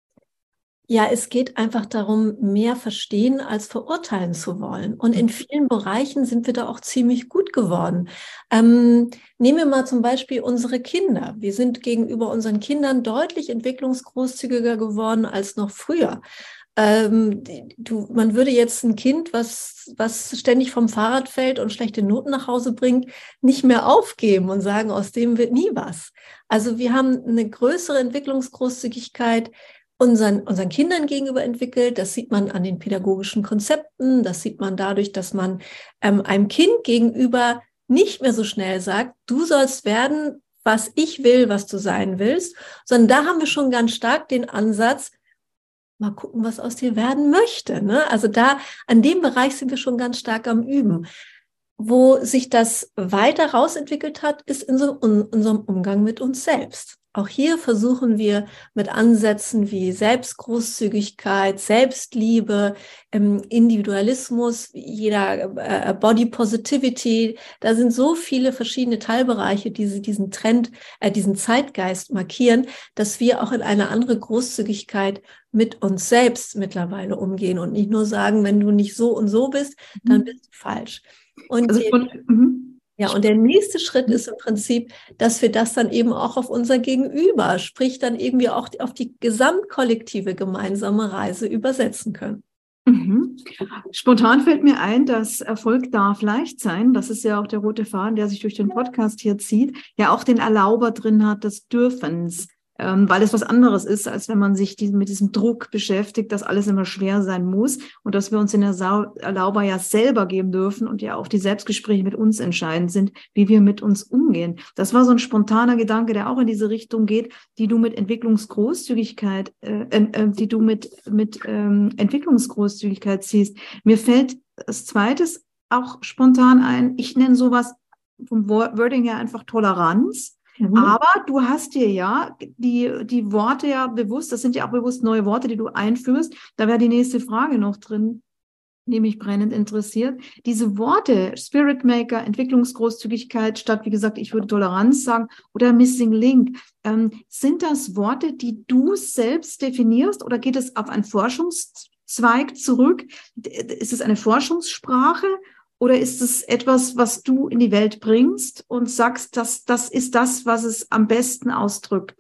Ja, es geht einfach darum, mehr verstehen als verurteilen zu wollen. Und in vielen Bereichen sind wir da auch ziemlich gut geworden. Ähm, nehmen wir mal zum Beispiel unsere Kinder. Wir sind gegenüber unseren Kindern deutlich entwicklungsgroßzügiger geworden als noch früher. Ähm, du, man würde jetzt ein Kind, was, was ständig vom Fahrrad fällt und schlechte Noten nach Hause bringt, nicht mehr aufgeben und sagen, aus dem wird nie was. Also wir haben eine größere Entwicklungsgroßzügigkeit unseren, unseren Kindern gegenüber entwickelt. Das sieht man an den pädagogischen Konzepten. Das sieht man dadurch, dass man ähm, einem Kind gegenüber nicht mehr so schnell sagt, du sollst werden, was ich will, was du sein willst, sondern da haben wir schon ganz stark den Ansatz, mal gucken, was aus dir werden möchte. Ne? Also da, an dem Bereich sind wir schon ganz stark am Üben. Wo sich das weiter rausentwickelt hat, ist in so, in unserem Umgang mit uns selbst. Auch hier versuchen wir mit Ansätzen wie Selbstgroßzügigkeit, Selbstliebe, Individualismus, jeder Body Positivity. Da sind so viele verschiedene Teilbereiche, die diesen Trend, äh, diesen Zeitgeist markieren, dass wir auch in eine andere Großzügigkeit mit uns selbst mittlerweile umgehen und nicht nur sagen, wenn du nicht so und so bist, dann bist du falsch. Und also von, mhm. Ja, und der nächste Schritt ist im Prinzip, dass wir das dann eben auch auf unser Gegenüber, sprich dann irgendwie auch auf die gesamtkollektive gemeinsame Reise übersetzen können. Mhm. Spontan fällt mir ein, dass Erfolg darf leicht sein. Das ist ja auch der rote Faden, der sich durch den Podcast hier zieht, ja auch den Erlauber drin hat des Dürfens. Ähm, weil es was anderes ist, als wenn man sich diesen, mit diesem Druck beschäftigt, dass alles immer schwer sein muss und dass wir uns den Erlauber ja selber geben dürfen und ja auch die Selbstgespräche mit uns entscheidend sind, wie wir mit uns umgehen. Das war so ein spontaner Gedanke, der auch in diese Richtung geht, die du mit Entwicklungsgroßzügigkeit, äh, äh, die du mit, mit ähm, Entwicklungsgroßzügigkeit siehst. Mir fällt als zweites auch spontan ein, ich nenne sowas vom Wording her einfach Toleranz. Mhm. Aber du hast dir ja die, die Worte ja bewusst, das sind ja auch bewusst neue Worte, die du einführst. Da wäre die nächste Frage noch drin, die mich brennend interessiert. Diese Worte, Spirit Maker, Entwicklungsgroßzügigkeit, statt, wie gesagt, ich würde Toleranz sagen, oder Missing Link, ähm, sind das Worte, die du selbst definierst oder geht es auf einen Forschungszweig zurück? Ist es eine Forschungssprache? Oder ist es etwas, was du in die Welt bringst und sagst, dass das ist das, was es am besten ausdrückt?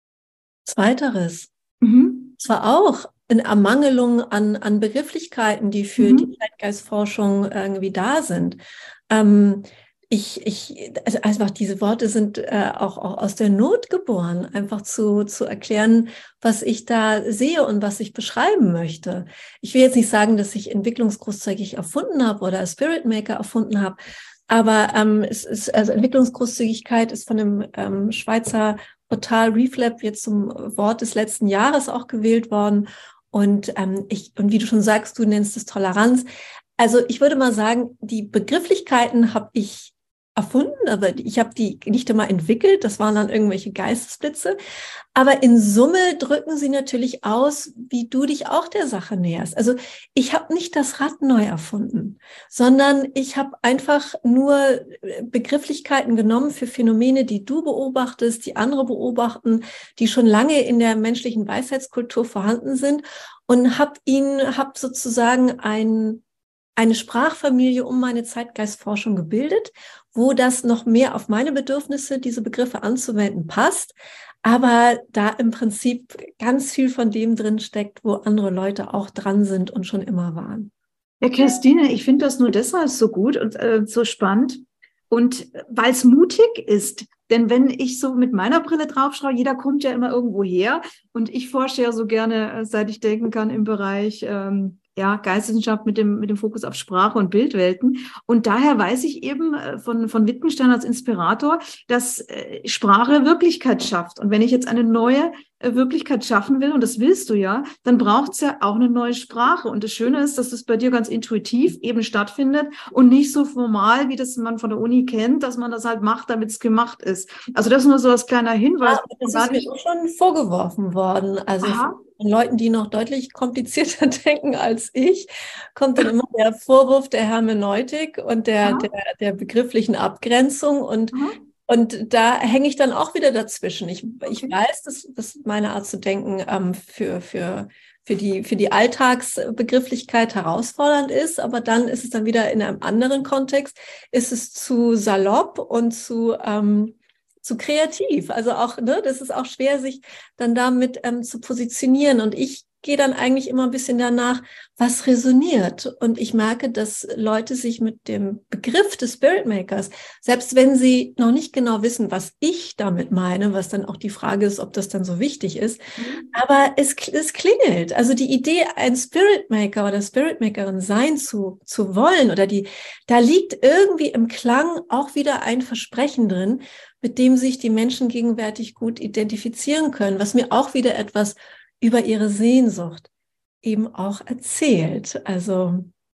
Zweiteres. Mhm. Zwar auch in Ermangelung an, an Begrifflichkeiten, die für mhm. die Zeitgeistforschung irgendwie da sind. Ähm, ich, ich, also einfach diese Worte sind äh, auch, auch aus der Not geboren, einfach zu, zu erklären, was ich da sehe und was ich beschreiben möchte. Ich will jetzt nicht sagen, dass ich entwicklungsgroßzügig erfunden habe oder Spirit Maker erfunden habe, aber ähm, es ist, also Entwicklungsgroßzügigkeit ist von dem ähm, Schweizer Portal Reflab jetzt zum Wort des letzten Jahres auch gewählt worden. Und ähm, ich, und wie du schon sagst, du nennst es Toleranz. Also ich würde mal sagen, die Begrifflichkeiten habe ich erfunden, aber ich habe die nicht immer entwickelt, das waren dann irgendwelche Geistesblitze, aber in Summe drücken sie natürlich aus, wie du dich auch der Sache näherst. Also ich habe nicht das Rad neu erfunden, sondern ich habe einfach nur Begrifflichkeiten genommen für Phänomene, die du beobachtest, die andere beobachten, die schon lange in der menschlichen Weisheitskultur vorhanden sind und habe ihnen, habe sozusagen ein eine Sprachfamilie um meine Zeitgeistforschung gebildet, wo das noch mehr auf meine Bedürfnisse, diese Begriffe anzuwenden, passt, aber da im Prinzip ganz viel von dem drin steckt, wo andere Leute auch dran sind und schon immer waren. Ja, Christine, ich finde das nur deshalb so gut und äh, so spannend und weil es mutig ist. Denn wenn ich so mit meiner Brille drauf schaue, jeder kommt ja immer irgendwo her und ich forsche ja so gerne, seit ich denken kann, im Bereich ähm, ja, Geisteswissenschaft mit dem, mit dem Fokus auf Sprache und Bildwelten. Und daher weiß ich eben von, von Wittgenstein als Inspirator, dass äh, Sprache Wirklichkeit schafft. Und wenn ich jetzt eine neue äh, Wirklichkeit schaffen will, und das willst du ja, dann braucht es ja auch eine neue Sprache. Und das Schöne ist, dass das bei dir ganz intuitiv eben stattfindet und nicht so formal, wie das man von der Uni kennt, dass man das halt macht, damit es gemacht ist. Also das ist nur so als kleiner Hinweis. Ja, das ist mir schon vorgeworfen worden. Also Aha. von Leuten, die noch deutlich komplizierter denken als ich, kommt dann immer der Vorwurf der Hermeneutik und der, der, der begrifflichen Abgrenzung. Und, und da hänge ich dann auch wieder dazwischen. Ich, ich weiß, dass, dass meine Art zu denken ähm, für, für, für, die, für die Alltagsbegrifflichkeit herausfordernd ist. Aber dann ist es dann wieder in einem anderen Kontext, ist es zu salopp und zu... Ähm, zu kreativ, also auch, ne, das ist auch schwer, sich dann damit ähm, zu positionieren und ich gehe dann eigentlich immer ein bisschen danach, was resoniert und ich merke, dass Leute sich mit dem Begriff des Spirit Makers, selbst wenn sie noch nicht genau wissen, was ich damit meine, was dann auch die Frage ist, ob das dann so wichtig ist, mhm. aber es, es klingelt, also die Idee, ein Spirit Maker oder Spirit Makerin sein zu, zu wollen oder die, da liegt irgendwie im Klang auch wieder ein Versprechen drin, mit dem sich die Menschen gegenwärtig gut identifizieren können, was mir auch wieder etwas über ihre Sehnsucht eben auch erzählt. Also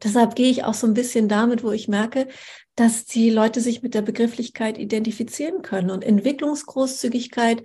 Deshalb gehe ich auch so ein bisschen damit, wo ich merke, dass die Leute sich mit der Begrifflichkeit identifizieren können. Und Entwicklungsgroßzügigkeit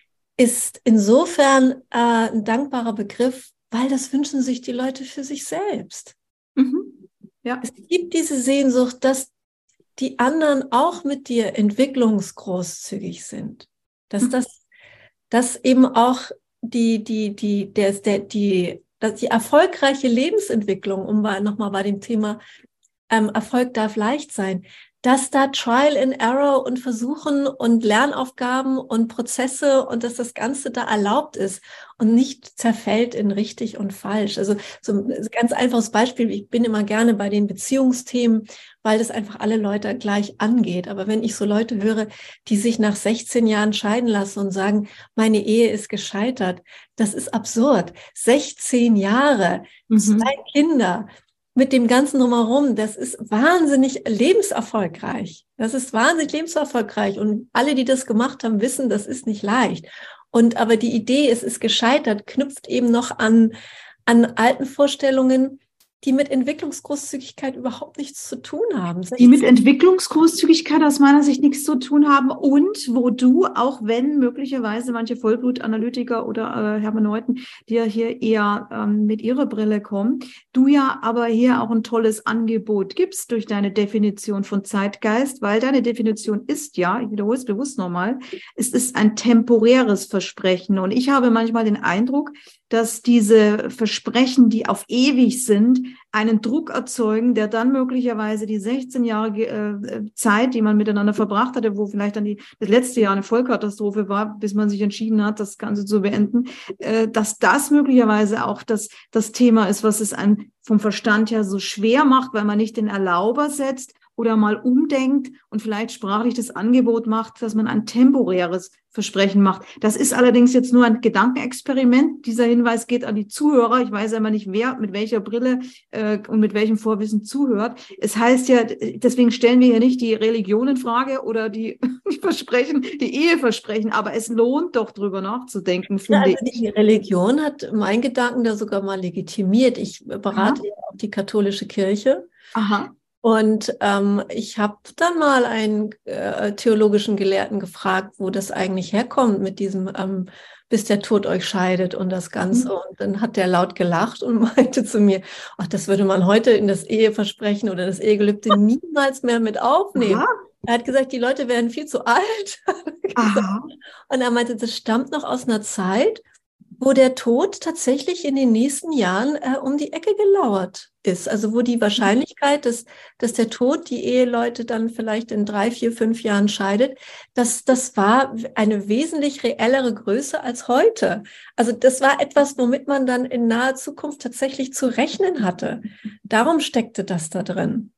ist insofern äh, ein dankbarer Begriff, weil das wünschen sich die Leute für sich selbst. Mhm. Ja. Es gibt diese Sehnsucht, dass die anderen auch mit dir entwicklungsgroßzügig sind. Dass Mhm. das, dass eben auch die, die, die, der, der, die, die erfolgreiche Lebensentwicklung, um nochmal bei dem Thema ähm, Erfolg darf leicht sein, dass da Trial and Error und Versuchen und Lernaufgaben und Prozesse und dass das Ganze da erlaubt ist und nicht zerfällt in richtig und falsch. Also so ein ganz einfaches Beispiel, ich bin immer gerne bei den Beziehungsthemen, weil das einfach alle Leute gleich angeht. Aber wenn ich so Leute höre, die sich nach sechzehn Jahren scheiden lassen und sagen, meine Ehe ist gescheitert, das ist absurd. sechzehn Jahre, Mhm. zwei Kinder, mit dem ganzen Drumherum, das ist wahnsinnig lebenserfolgreich. Das ist wahnsinnig lebenserfolgreich. Und alle, die das gemacht haben, wissen, das ist nicht leicht. Und aber die Idee, es ist gescheitert, knüpft eben noch an, an alten Vorstellungen, die mit Entwicklungsgroßzügigkeit überhaupt nichts zu tun haben. Die mit Entwicklungsgroßzügigkeit aus meiner Sicht nichts zu tun haben und wo du, auch wenn möglicherweise manche Vollblutanalytiker oder äh, Hermeneuten, die ja hier eher ähm, mit ihrer Brille kommen, du ja aber hier auch ein tolles Angebot gibst durch deine Definition von Zeitgeist, weil deine Definition ist ja, ich wiederhole es bewusst nochmal, es ist ein temporäres Versprechen und ich habe manchmal den Eindruck, dass diese Versprechen, die auf ewig sind, einen Druck erzeugen, der dann möglicherweise die sechzehn Jahre äh, Zeit, die man miteinander verbracht hatte, wo vielleicht dann die, das letzte Jahr eine Vollkatastrophe war, bis man sich entschieden hat, das Ganze zu beenden, äh, dass das möglicherweise auch das, das Thema ist, was es einem vom Verstand her so schwer macht, weil man nicht den Erlauber setzt oder mal umdenkt und vielleicht sprachlich das Angebot macht, dass man ein temporäres Versprechen macht. Das ist allerdings jetzt nur ein Gedankenexperiment. Dieser Hinweis geht an die Zuhörer. Ich weiß ja immer nicht, wer mit welcher Brille äh, und mit welchem Vorwissen zuhört. Es heißt ja, deswegen stellen wir hier nicht die Religion in Frage oder die, die Versprechen, die Eheversprechen, aber es lohnt doch, drüber nachzudenken, finde ja, also die Religion hat meinen Gedanken da sogar mal legitimiert. Ich berate ja auch die katholische Kirche. Aha. Und ähm, ich habe dann mal einen äh, theologischen Gelehrten gefragt, wo das eigentlich herkommt mit diesem, ähm, bis der Tod euch scheidet und das Ganze. Mhm. Und dann hat der laut gelacht und meinte zu mir, ach, das würde man heute in das Eheversprechen oder das Ehegelübde niemals mehr mit aufnehmen. Aha. Er hat gesagt, die Leute werden viel zu alt. Aha. Und er meinte, das stammt noch aus einer Zeit, wo der Tod tatsächlich in den nächsten Jahren äh, um die Ecke gelauert ist. Also wo die Wahrscheinlichkeit, dass, dass der Tod die Eheleute dann vielleicht in drei, vier, fünf Jahren scheidet, das, das war eine wesentlich reellere Größe als heute. Also das war etwas, womit man dann in naher Zukunft tatsächlich zu rechnen hatte. Darum steckte das da drin.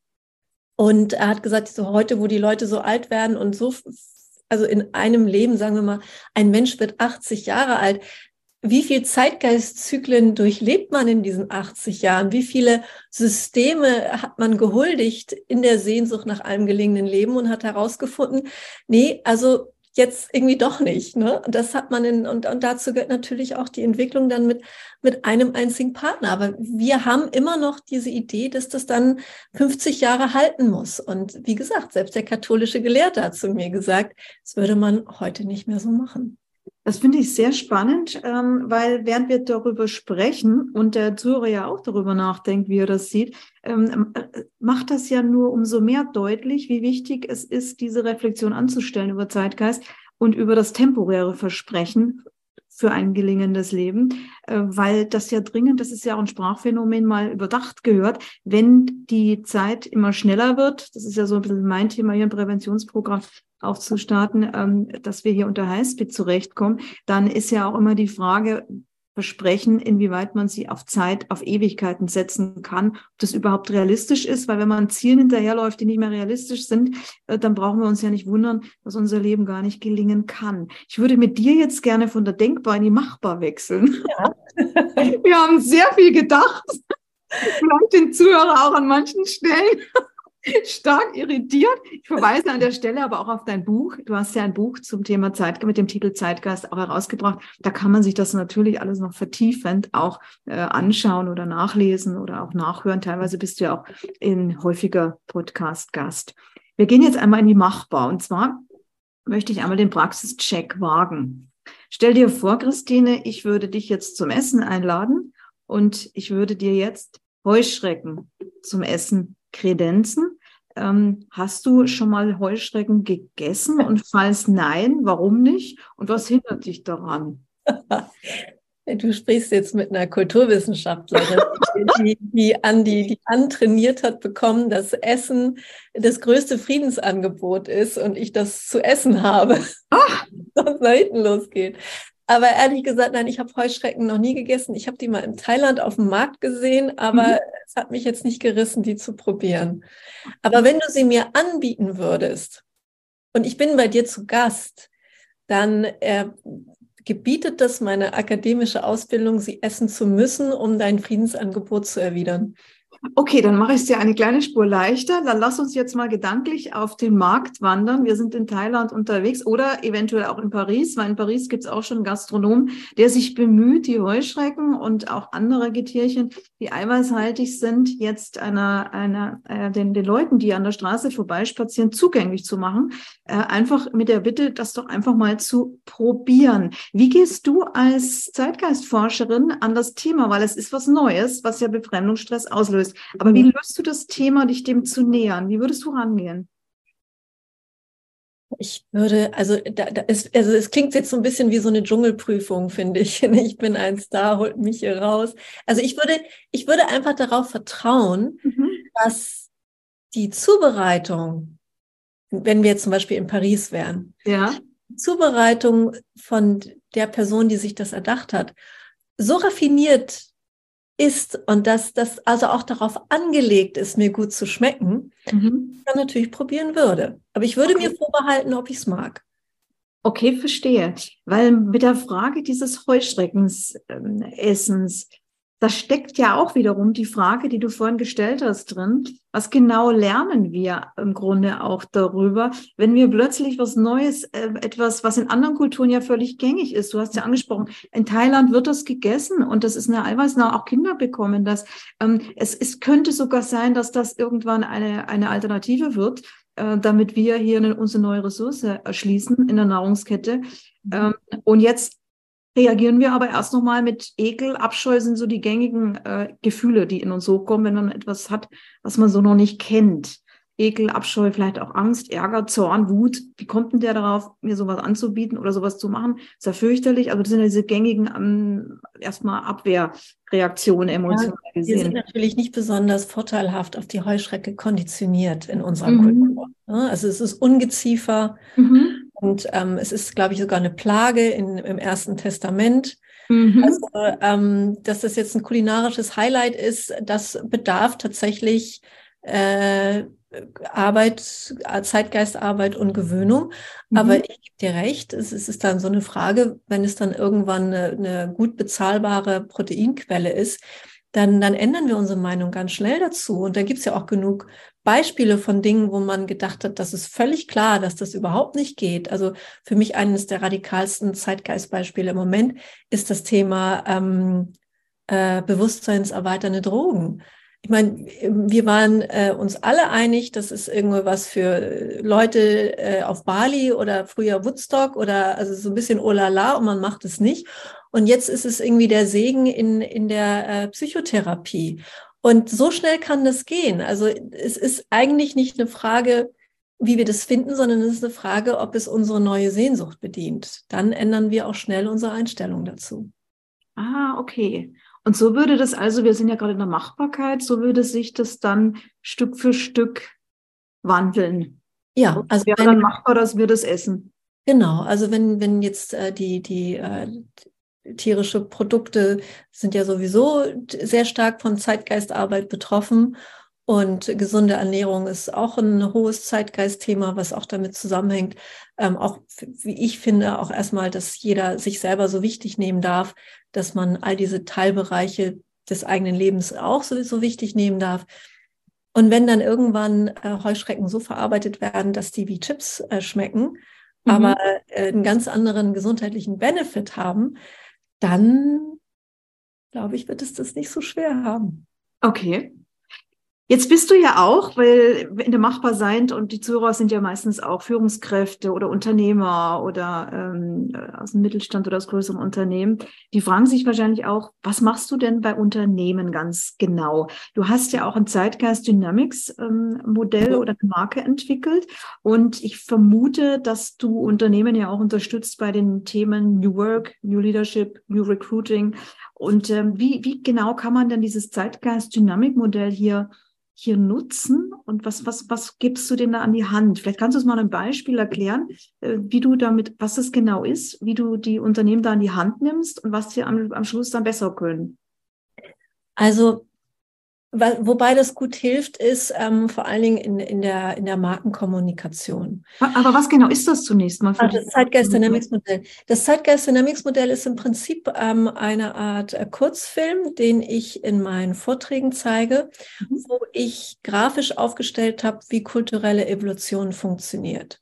Und er hat gesagt, so heute, wo die Leute so alt werden und so, also in einem Leben, sagen wir mal, ein Mensch wird achtzig Jahre alt, wie viel Zeitgeistzyklen durchlebt man in diesen achtzig Jahren? Wie viele Systeme hat man gehuldigt in der Sehnsucht nach einem gelingenden Leben und hat herausgefunden, nee, also jetzt irgendwie doch nicht. Ne? Das hat man in, und, und dazu gehört natürlich auch die Entwicklung dann mit, mit einem einzigen Partner. Aber wir haben immer noch diese Idee, dass das dann fünfzig Jahre halten muss. Und wie gesagt, selbst der katholische Gelehrte hat zu mir gesagt, das würde man heute nicht mehr so machen. Das finde ich sehr spannend, ähm, weil während wir darüber sprechen und der Zuhörer ja auch darüber nachdenkt, wie er das sieht, ähm, macht das ja nur umso mehr deutlich, wie wichtig es ist, diese Reflexion anzustellen über Zeitgeist und über das temporäre Versprechen für ein gelingendes Leben, äh, weil das ja dringend, das ist ja auch ein Sprachphänomen, mal überdacht gehört, wenn die Zeit immer schneller wird, das ist ja so ein bisschen mein Thema hier im Präventionsprogramm, auch zu starten, ähm, dass wir hier unter Highspeed zurechtkommen, dann ist ja auch immer die Frage, Versprechen, inwieweit man sie auf Zeit, auf Ewigkeiten setzen kann, ob das überhaupt realistisch ist, weil wenn man Zielen hinterherläuft, die nicht mehr realistisch sind, äh, dann brauchen wir uns ja nicht wundern, dass unser Leben gar nicht gelingen kann. Ich würde mit dir jetzt gerne von der Denkbar in die Machbar wechseln. Ja. Wir haben sehr viel gedacht, vielleicht den Zuhörer auch an manchen Stellen. stark irritiert. Ich verweise an der Stelle aber auch auf dein Buch. Du hast ja ein Buch zum Thema Zeitgeist mit dem Titel Zeitgeist auch herausgebracht. Da kann man sich das natürlich alles noch vertiefend auch äh, anschauen oder nachlesen oder auch nachhören. Teilweise bist du ja auch ein häufiger Podcast-Gast. Wir gehen jetzt einmal in die Machbar. Und zwar möchte ich einmal den Praxischeck wagen. Stell dir vor, Christine, ich würde dich jetzt zum Essen einladen und ich würde dir jetzt Heuschrecken zum Essen kredenzen. Ähm, hast du schon mal Heuschrecken gegessen? Und falls nein, warum nicht? Und was hindert dich daran? Du sprichst jetzt mit einer Kulturwissenschaftlerin, die, die, an, die, die antrainiert hat bekommen, dass Essen das größte Friedensangebot ist und ich das zu essen habe, Ach. sonst nach hinten losgeht. Aber ehrlich gesagt, nein, ich habe Heuschrecken noch nie gegessen. Ich habe die mal in Thailand auf dem Markt gesehen, aber mhm. es hat mich jetzt nicht gerissen, die zu probieren. Aber wenn du sie mir anbieten würdest und ich bin bei dir zu Gast, dann äh, gebietet das meine akademische Ausbildung, sie essen zu müssen, um dein Friedensangebot zu erwidern. Okay, dann mache ich es dir eine kleine Spur leichter. Dann lass uns jetzt mal gedanklich auf den Markt wandern. Wir sind in Thailand unterwegs oder eventuell auch in Paris, weil in Paris gibt es auch schon einen Gastronom, der sich bemüht, die Heuschrecken und auch andere Getierchen, die eiweißhaltig sind, jetzt einer, einer, äh, den, den Leuten, die an der Straße vorbeispazieren, zugänglich zu machen. Äh, einfach mit der Bitte, das doch einfach mal zu probieren. Wie gehst du als Zeitgeistforscherin an das Thema? Weil es ist was Neues, was ja Befremdungsstress auslöst. Aber wie löst du das Thema, dich dem zu nähern? Wie würdest du rangehen? Ich würde, also, da, da ist, also es klingt jetzt so ein bisschen wie so eine Dschungelprüfung, finde ich. Ich bin ein Star, holt mich hier raus. Also ich würde, ich würde einfach darauf vertrauen, mhm. dass die Zubereitung, wenn wir jetzt zum Beispiel in Paris wären, ja. die Zubereitung von der Person, die sich das erdacht hat, so raffiniert ist und dass das also auch darauf angelegt ist, mir gut zu schmecken, mhm. dann natürlich probieren würde. Aber ich würde okay. mir vorbehalten, ob ich es mag. Okay, verstehe. Weil mit der Frage dieses Heuschreckensessens, äh, da steckt ja auch wiederum die Frage, die du vorhin gestellt hast, drin. Was genau lernen wir im Grunde auch darüber, wenn wir plötzlich was Neues, äh, etwas, was in anderen Kulturen ja völlig gängig ist. Du hast ja angesprochen, in Thailand wird das gegessen und das ist eine Eiweißnahrung, auch Kinder bekommen das. Ähm, es, es könnte sogar sein, dass das irgendwann eine, eine Alternative wird, äh, damit wir hier eine, unsere neue Ressource erschließen in der Nahrungskette. Mhm. Ähm, und jetzt reagieren wir aber erst nochmal mit Ekel, Abscheu sind so die gängigen äh, Gefühle, die in uns hochkommen, wenn man etwas hat, was man so noch nicht kennt. Ekel, Abscheu, vielleicht auch Angst, Ärger, Zorn, Wut. Wie kommt denn der darauf, mir sowas anzubieten oder sowas zu machen? Ist ja fürchterlich. Also das sind ja diese gängigen ähm, erstmal Abwehrreaktionen emotional ja, gesehen. Wir sind natürlich nicht besonders vorteilhaft auf die Heuschrecke konditioniert in unserer mhm. Kultur. Also es ist Ungeziefer. Mhm. Und ähm, es ist, glaube ich, sogar eine Plage in, im Ersten Testament. Mhm. Also, ähm, dass das jetzt ein kulinarisches Highlight ist, das bedarf tatsächlich äh, Arbeit, Zeitgeistarbeit und Gewöhnung. Mhm. Aber ich gebe dir recht, es, es ist dann so eine Frage, wenn es dann irgendwann eine, eine gut bezahlbare Proteinquelle ist, dann, dann ändern wir unsere Meinung ganz schnell dazu. Und da gibt es ja auch genug Beispiele von Dingen, wo man gedacht hat, das ist völlig klar, dass das überhaupt nicht geht. Also für mich eines der radikalsten Zeitgeistbeispiele im Moment ist das Thema ähm, äh, bewusstseinserweiternde Drogen. Ich meine, wir waren äh, uns alle einig, das ist irgendwas für Leute äh, auf Bali oder früher Woodstock oder also so ein bisschen oh la la und man macht es nicht. Und jetzt ist es irgendwie der Segen in, in der äh, Psychotherapie. Und so schnell kann das gehen. Also es ist eigentlich nicht eine Frage, wie wir das finden, sondern es ist eine Frage, ob es unsere neue Sehnsucht bedient. Dann ändern wir auch schnell unsere Einstellung dazu. Ah, okay. Und so würde das also, wir sind ja gerade in der Machbarkeit, so würde sich das dann Stück für Stück wandeln. Ja, also wäre dann machbar, dass wir das essen. Genau, also wenn, wenn jetzt äh, die, die äh, tierische Produkte sind ja sowieso sehr stark von Zeitgeistarbeit betroffen und gesunde Ernährung ist auch ein hohes Zeitgeistthema, was auch damit zusammenhängt. Ähm, auch, wie ich finde, auch erstmal, dass jeder sich selber so wichtig nehmen darf, dass man all diese Teilbereiche des eigenen Lebens auch sowieso wichtig nehmen darf. Und wenn dann irgendwann äh, Heuschrecken so verarbeitet werden, dass die wie Chips äh, schmecken, mhm. aber äh, einen ganz anderen gesundheitlichen Benefit haben, dann, glaube ich, wird es das nicht so schwer haben. Okay. Jetzt bist du ja auch, weil in der Machbar Sein und die Zuhörer sind ja meistens auch Führungskräfte oder Unternehmer oder ähm, aus dem Mittelstand oder aus größeren Unternehmen. Die fragen sich wahrscheinlich auch, was machst du denn bei Unternehmen ganz genau? Du hast ja auch ein Zeitgeist Dynamics ähm, Modell oder eine Marke entwickelt und ich vermute, dass du Unternehmen ja auch unterstützt bei den Themen New Work, New Leadership, New Recruiting. Und ähm, wie, wie genau kann man denn dieses Zeitgeist Dynamic Modell hier hier nutzen und was, was, was gibst du denen da an die Hand? Vielleicht kannst du es mal ein Beispiel erklären, wie du damit, was das genau ist, wie du die Unternehmen da an die Hand nimmst und was sie am, am Schluss dann besser können. Also, wobei das gut hilft, ist ähm, vor allen Dingen in, in, der, in der Markenkommunikation. Aber was genau ist das zunächst mal? Für Ach, das Zeitgeist Dynamics Modell. Das Zeitgeist Dynamics Modell ist im Prinzip ähm, eine Art äh, Kurzfilm, den ich in meinen Vorträgen zeige, mhm. wo ich grafisch aufgestellt habe, wie kulturelle Evolution funktioniert.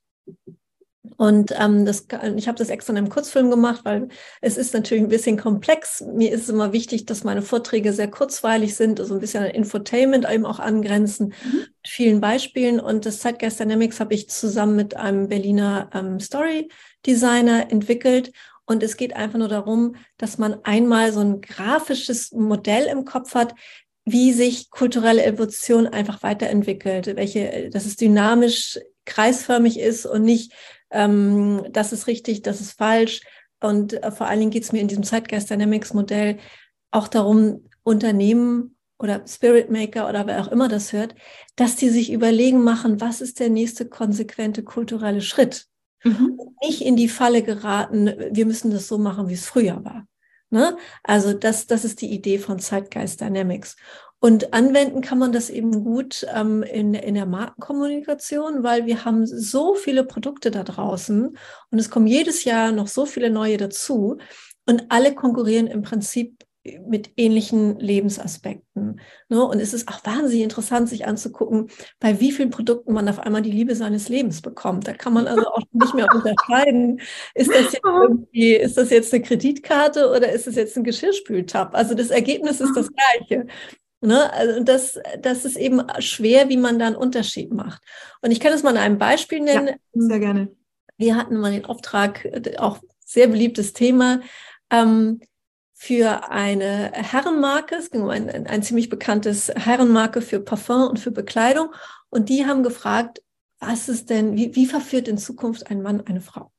Und ähm, das, ich habe das extra in einem Kurzfilm gemacht, weil es ist natürlich ein bisschen komplex. Mir ist es immer wichtig, dass meine Vorträge sehr kurzweilig sind, also ein bisschen an Infotainment eben auch angrenzen, mhm. mit vielen Beispielen. Und das Zeitgeist Dynamics habe ich zusammen mit einem Berliner ähm, Story-Designer entwickelt. Und es geht einfach nur darum, dass man einmal so ein grafisches Modell im Kopf hat, wie sich kulturelle Evolution einfach weiterentwickelt, welche, dass es dynamisch, kreisförmig ist und nicht Ähm, das ist richtig, das ist falsch. Und äh, vor allen Dingen geht es mir in diesem Zeitgeist Dynamics Modell auch darum, Unternehmen oder Spirit Maker oder wer auch immer das hört, dass die sich überlegen machen, was ist der nächste konsequente kulturelle Schritt? Mhm. Und nicht in die Falle geraten, wir müssen das so machen, wie es früher war. Ne? Also das, das ist die Idee von Zeitgeist Dynamics. Und anwenden kann man das eben gut ähm, in, in der Markenkommunikation, weil wir haben so viele Produkte da draußen und es kommen jedes Jahr noch so viele neue dazu und alle konkurrieren im Prinzip mit ähnlichen Lebensaspekten. Ne? Und es ist auch wahnsinnig interessant, sich anzugucken, bei wie vielen Produkten man auf einmal die Liebe seines Lebens bekommt. Da kann man also auch nicht mehr unterscheiden, ist das jetzt irgendwie, ist das jetzt eine Kreditkarte oder ist es jetzt ein Geschirrspültab? Also das Ergebnis ist das gleiche. Ne, also das, das ist eben schwer, wie man da einen Unterschied macht. Und ich kann es mal an einem Beispiel nennen. Ja, sehr gerne. Wir hatten mal den Auftrag, auch sehr beliebtes Thema, ähm, für eine Herrenmarke. Es ging um ein, ein, ein ziemlich bekanntes Herrenmarke für Parfum und für Bekleidung. Und die haben gefragt, was ist denn, wie, wie verführt in Zukunft ein Mann eine Frau?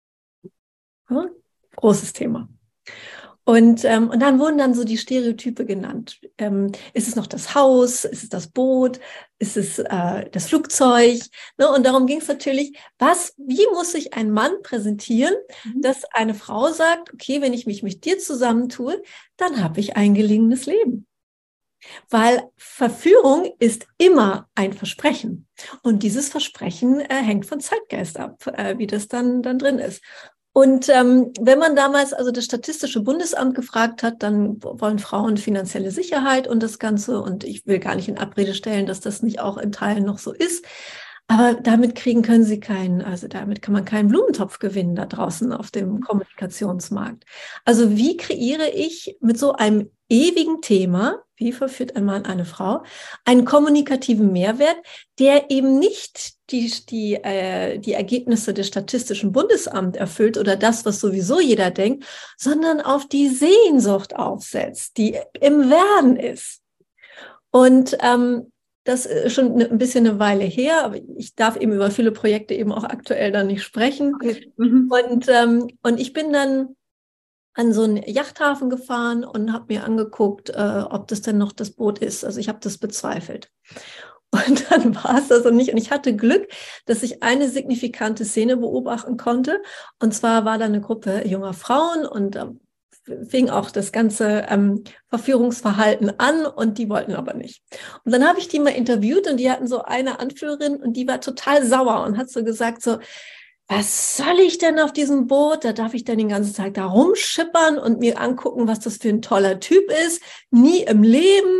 Ja, großes Thema. Und, ähm, und dann wurden dann so die Stereotype genannt. Ähm, ist es noch das Haus? Ist es das Boot? Ist es äh, das Flugzeug? Ne? Und darum ging es natürlich, was, wie muss sich ein Mann präsentieren, mhm. dass eine Frau sagt, okay, wenn ich mich mit dir zusammentue, dann habe ich ein gelingendes Leben. Weil Verführung ist immer ein Versprechen. Und dieses Versprechen äh, hängt von Zeitgeist ab, äh, wie das dann, dann drin ist. Und ähm, wenn man damals also das Statistische Bundesamt gefragt hat, dann wollen Frauen finanzielle Sicherheit und das Ganze. Und ich will gar nicht in Abrede stellen, dass das nicht auch in Teilen noch so ist. Aber damit kriegen können sie keinen, also damit kann man keinen Blumentopf gewinnen da draußen auf dem Kommunikationsmarkt. Also wie kreiere ich mit so einem ewigen Thema, wie verführt ein Mann eine Frau, einen kommunikativen Mehrwert, der eben nicht die, die, äh, die Ergebnisse des Statistischen Bundesamts erfüllt oder das, was sowieso jeder denkt, sondern auf die Sehnsucht aufsetzt, die im Werden ist. Und ähm, das ist schon ein bisschen eine Weile her, aber ich darf eben über viele Projekte eben auch aktuell dann nicht sprechen. Okay. Mhm. Und, ähm, und ich bin dann an so einen Yachthafen gefahren und habe mir angeguckt, äh, ob das denn noch das Boot ist. Also ich habe das bezweifelt. Und dann war es das und nicht. Und ich hatte Glück, dass ich eine signifikante Szene beobachten konnte. Und zwar war da eine Gruppe junger Frauen und äh, fing auch das ganze ähm, Verführungsverhalten an und die wollten aber nicht. Und dann habe ich die mal interviewt und die hatten so eine Anführerin und die war total sauer und hat so gesagt so, was soll ich denn auf diesem Boot? Da darf ich dann den ganzen Tag da rumschippern und mir angucken, was das für ein toller Typ ist. Nie im Leben.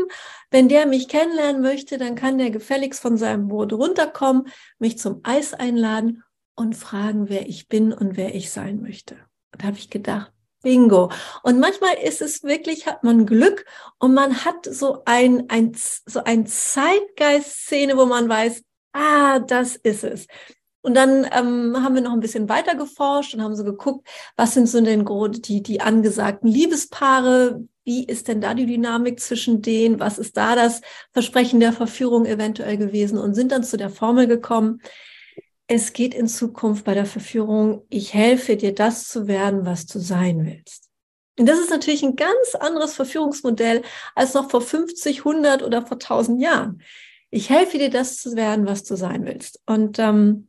Wenn der mich kennenlernen möchte, dann kann der gefälligst von seinem Boot runterkommen, mich zum Eis einladen und fragen, wer ich bin und wer ich sein möchte. Und da habe ich gedacht, Bingo. Und manchmal ist es wirklich, hat man Glück und man hat so ein, ein, so ein Zeitgeist-Szene, wo man weiß, ah, das ist es. Und dann ähm, haben wir noch ein bisschen weiter geforscht und haben so geguckt, was sind so denn die, die angesagten Liebespaare, wie ist denn da die Dynamik zwischen denen, was ist da das Versprechen der Verführung eventuell gewesen und sind dann zu der Formel gekommen, es geht in Zukunft bei der Verführung, ich helfe dir, das zu werden, was du sein willst. Und das ist natürlich ein ganz anderes Verführungsmodell als noch vor fünfzig, hundert oder vor tausend Jahren. Ich helfe dir, das zu werden, was du sein willst. Und ähm,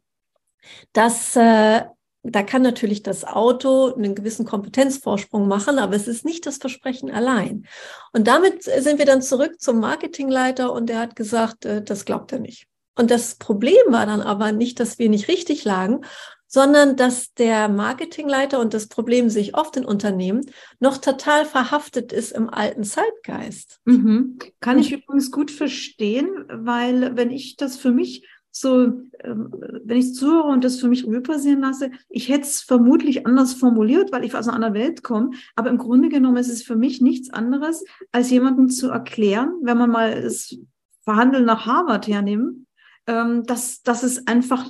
das, äh, da kann natürlich das Auto einen gewissen Kompetenzvorsprung machen, aber es ist nicht das Versprechen allein. Und damit sind wir dann zurück zum Marketingleiter und der hat gesagt, äh, das glaubt er nicht. Und das Problem war dann aber nicht, dass wir nicht richtig lagen, sondern dass der Marketingleiter, und das Problem sehe ich oft in Unternehmen, noch total verhaftet ist im alten Zeitgeist. Mhm. Kann ich übrigens gut verstehen, weil wenn ich das für mich so, ähm, wenn ich zuhöre und das für mich Revue passieren lasse, ich hätte es vermutlich anders formuliert, weil ich aus einer anderen Welt komme, aber im Grunde genommen ist es für mich nichts anderes, als jemandem zu erklären, wenn man mal das Verhandeln nach Harvard hernimmt, ähm, dass, dass es einfach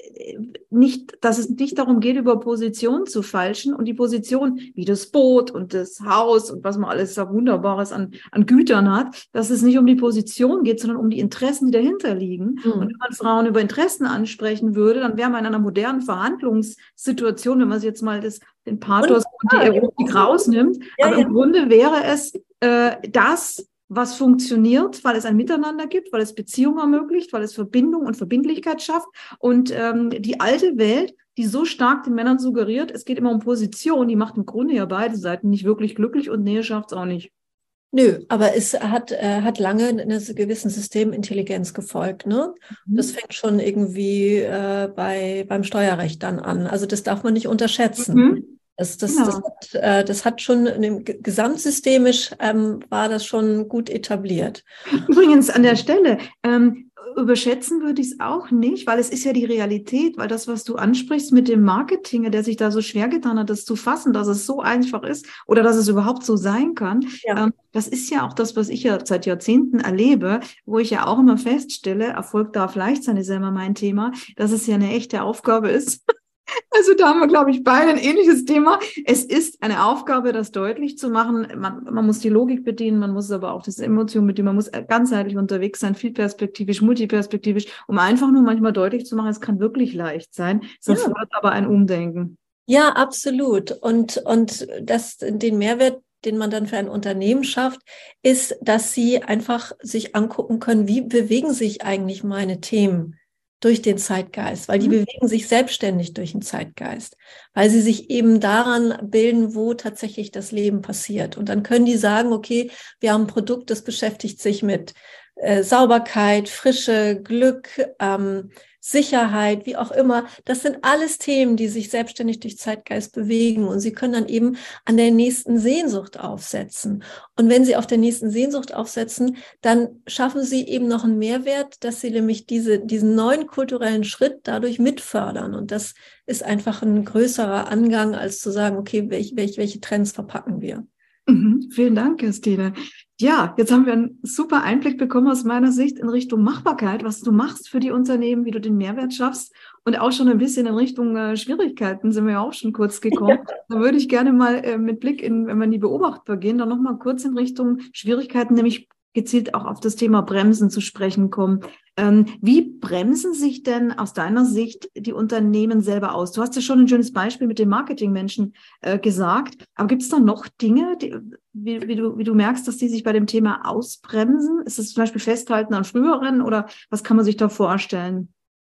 nicht, dass es nicht darum geht, über Position zu falschen und die Position wie das Boot und das Haus und was man alles da Wunderbares an, an Gütern hat, dass es nicht um die Position geht, sondern um die Interessen, die dahinter liegen. Mhm. Und wenn man Frauen über Interessen ansprechen würde, dann wäre man in einer modernen Verhandlungssituation, wenn man sich jetzt mal das, den Pathos und, und die Erotik rausnimmt. Ja, aber ja. Im Grunde wäre es äh, das, was funktioniert, weil es ein Miteinander gibt, weil es Beziehungen ermöglicht, weil es Verbindung und Verbindlichkeit schafft. Und ähm, die alte Welt, die so stark den Männern suggeriert, es geht immer um Position, die macht im Grunde ja beide Seiten nicht wirklich glücklich und Nähe schafft es auch nicht. Nö, aber es hat, äh, hat lange einer gewissen Systemintelligenz gefolgt, ne? Mhm. Das fängt schon irgendwie äh, bei, beim Steuerrecht dann an. Also das darf man nicht unterschätzen. Mhm. Das, das, genau. das, hat, äh, das hat schon gesamtsystemisch ähm, war das schon gut etabliert. Übrigens an der Stelle, ähm, überschätzen würde ich es auch nicht, weil es ist ja die Realität, weil das, was du ansprichst mit dem Marketing, der sich da so schwer getan hat, das zu fassen, dass es so einfach ist oder dass es überhaupt so sein kann, ja. ähm, das ist ja auch das, was ich ja seit Jahrzehnten erlebe, wo ich ja auch immer feststelle, Erfolg darf leicht sein, ist ja immer mein Thema, dass es ja eine echte Aufgabe ist. Also da haben wir, glaube ich, beide ein ähnliches Thema. Es ist eine Aufgabe, das deutlich zu machen. Man, man muss die Logik bedienen, man muss aber auch das Emotion bedienen, man muss ganzheitlich unterwegs sein, vielperspektivisch, multiperspektivisch, um einfach nur manchmal deutlich zu machen, es kann wirklich leicht sein. Es ja. erfordert aber ein Umdenken. Ja, absolut. Und, und das, den Mehrwert, den man dann für ein Unternehmen schafft, ist, dass sie einfach sich angucken können, wie bewegen sich eigentlich meine Themen durch den Zeitgeist, weil die mhm. bewegen sich selbstständig durch den Zeitgeist, weil sie sich eben daran bilden, wo tatsächlich das Leben passiert. Und dann können die sagen, okay, wir haben ein Produkt, das beschäftigt sich mit äh, Sauberkeit, Frische, Glück, ähm, Sicherheit, wie auch immer. Das sind alles Themen, die sich selbstständig durch Zeitgeist bewegen und sie können dann eben an der nächsten Sehnsucht aufsetzen. Und wenn sie auf der nächsten Sehnsucht aufsetzen, dann schaffen sie eben noch einen Mehrwert, dass sie nämlich diese, diesen neuen kulturellen Schritt dadurch mitfördern. Und das ist einfach ein größerer Angang, als zu sagen, okay, welche, welche, welche Trends verpacken wir. Mhm, vielen Dank, Christine. Ja, jetzt haben wir einen super Einblick bekommen aus meiner Sicht in Richtung Machbarkeit, was du machst für die Unternehmen, wie du den Mehrwert schaffst und auch schon ein bisschen in Richtung äh, Schwierigkeiten sind wir ja auch schon kurz gekommen. Ja. Da würde ich gerne mal äh, mit Blick in, wenn wir in die Beobachter gehen, dann nochmal kurz in Richtung Schwierigkeiten, nämlich gezielt auch auf das Thema Bremsen zu sprechen kommen. Ähm, wie bremsen sich denn aus deiner Sicht die Unternehmen selber aus? Du hast ja schon ein schönes Beispiel mit den Marketingmenschen äh, gesagt, aber gibt es da noch Dinge, die, wie, wie, du, wie du merkst, dass die sich bei dem Thema ausbremsen? Ist es zum Beispiel Festhalten an früheren oder was kann man sich da vorstellen?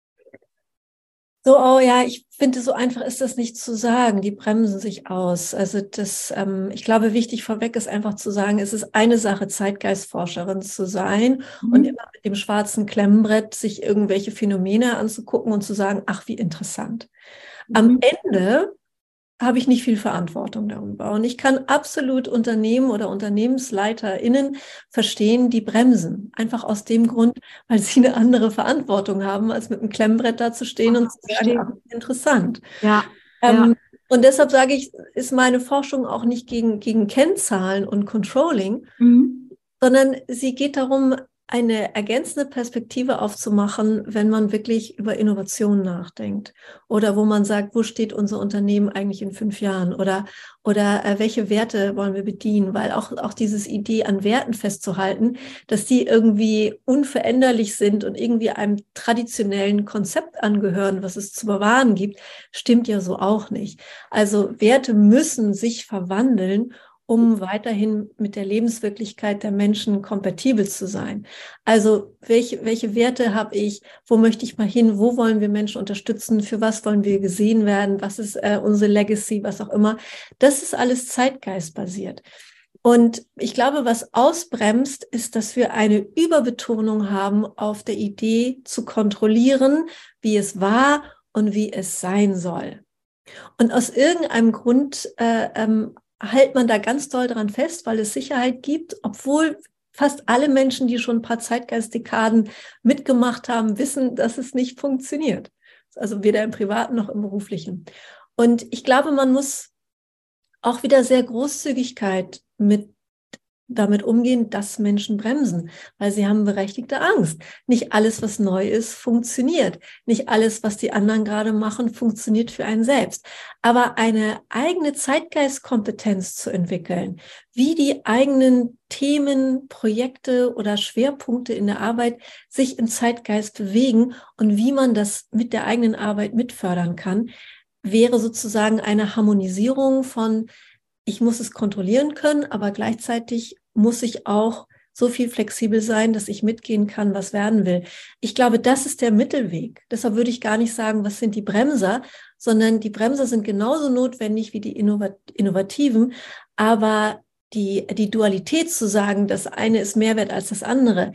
So, oh ja, ich finde, so einfach ist das nicht zu sagen. Die bremsen sich aus. Also das, ähm, ich glaube, wichtig vorweg ist einfach zu sagen, es ist eine Sache, Zeitgeistforscherin zu sein mhm. und immer mit dem schwarzen Klemmbrett sich irgendwelche Phänomene anzugucken und zu sagen, ach, wie interessant. Mhm. Am Ende habe ich nicht viel Verantwortung darüber. Und ich kann absolut Unternehmen oder UnternehmensleiterInnen verstehen, die bremsen. Einfach aus dem Grund, weil sie eine andere Verantwortung haben, als mit einem Klemmbrett da zu stehen und zu sagen, ach, interessant. Ja, ähm, ja. Und deshalb sage ich, ist meine Forschung auch nicht gegen, gegen Kennzahlen und Controlling, Mhm. sondern sie geht darum, eine ergänzende Perspektive aufzumachen, wenn man wirklich über Innovation nachdenkt oder wo man sagt, wo steht unser Unternehmen eigentlich in fünf Jahren oder, oder äh, welche Werte wollen wir bedienen, weil auch, auch dieses Idee an Werten festzuhalten, dass die irgendwie unveränderlich sind und irgendwie einem traditionellen Konzept angehören, was es zu bewahren gibt, stimmt ja so auch nicht. Also Werte müssen sich verwandeln, um weiterhin mit der Lebenswirklichkeit der Menschen kompatibel zu sein. Also welche, welche Werte habe ich, wo möchte ich mal hin, wo wollen wir Menschen unterstützen, für was wollen wir gesehen werden, was ist äh, unsere Legacy, was auch immer. Das ist alles zeitgeistbasiert. Und ich glaube, was ausbremst, ist, dass wir eine Überbetonung haben auf der Idee zu kontrollieren, wie es war und wie es sein soll. Und aus irgendeinem Grund äh, ähm, hält man da ganz doll dran fest, weil es Sicherheit gibt, obwohl fast alle Menschen, die schon ein paar Zeitgeistdekaden mitgemacht haben, wissen, dass es nicht funktioniert. Also weder im Privaten noch im Beruflichen. Und ich glaube, man muss auch wieder sehr Großzügigkeit mit damit umgehen, dass Menschen bremsen, weil sie haben berechtigte Angst. Nicht alles, was neu ist, funktioniert. Nicht alles, was die anderen gerade machen, funktioniert für einen selbst. Aber eine eigene Zeitgeistkompetenz zu entwickeln, wie die eigenen Themen, Projekte oder Schwerpunkte in der Arbeit sich im Zeitgeist bewegen und wie man das mit der eigenen Arbeit mitfördern kann, wäre sozusagen eine Harmonisierung von ich muss es kontrollieren können, aber gleichzeitig muss ich auch so viel flexibel sein, dass ich mitgehen kann, was werden will. Ich glaube, das ist der Mittelweg. Deshalb würde ich gar nicht sagen, was sind die Bremser, sondern die Bremser sind genauso notwendig wie die Innovativen. Aber die, die Dualität zu sagen, das eine ist mehr wert als das andere,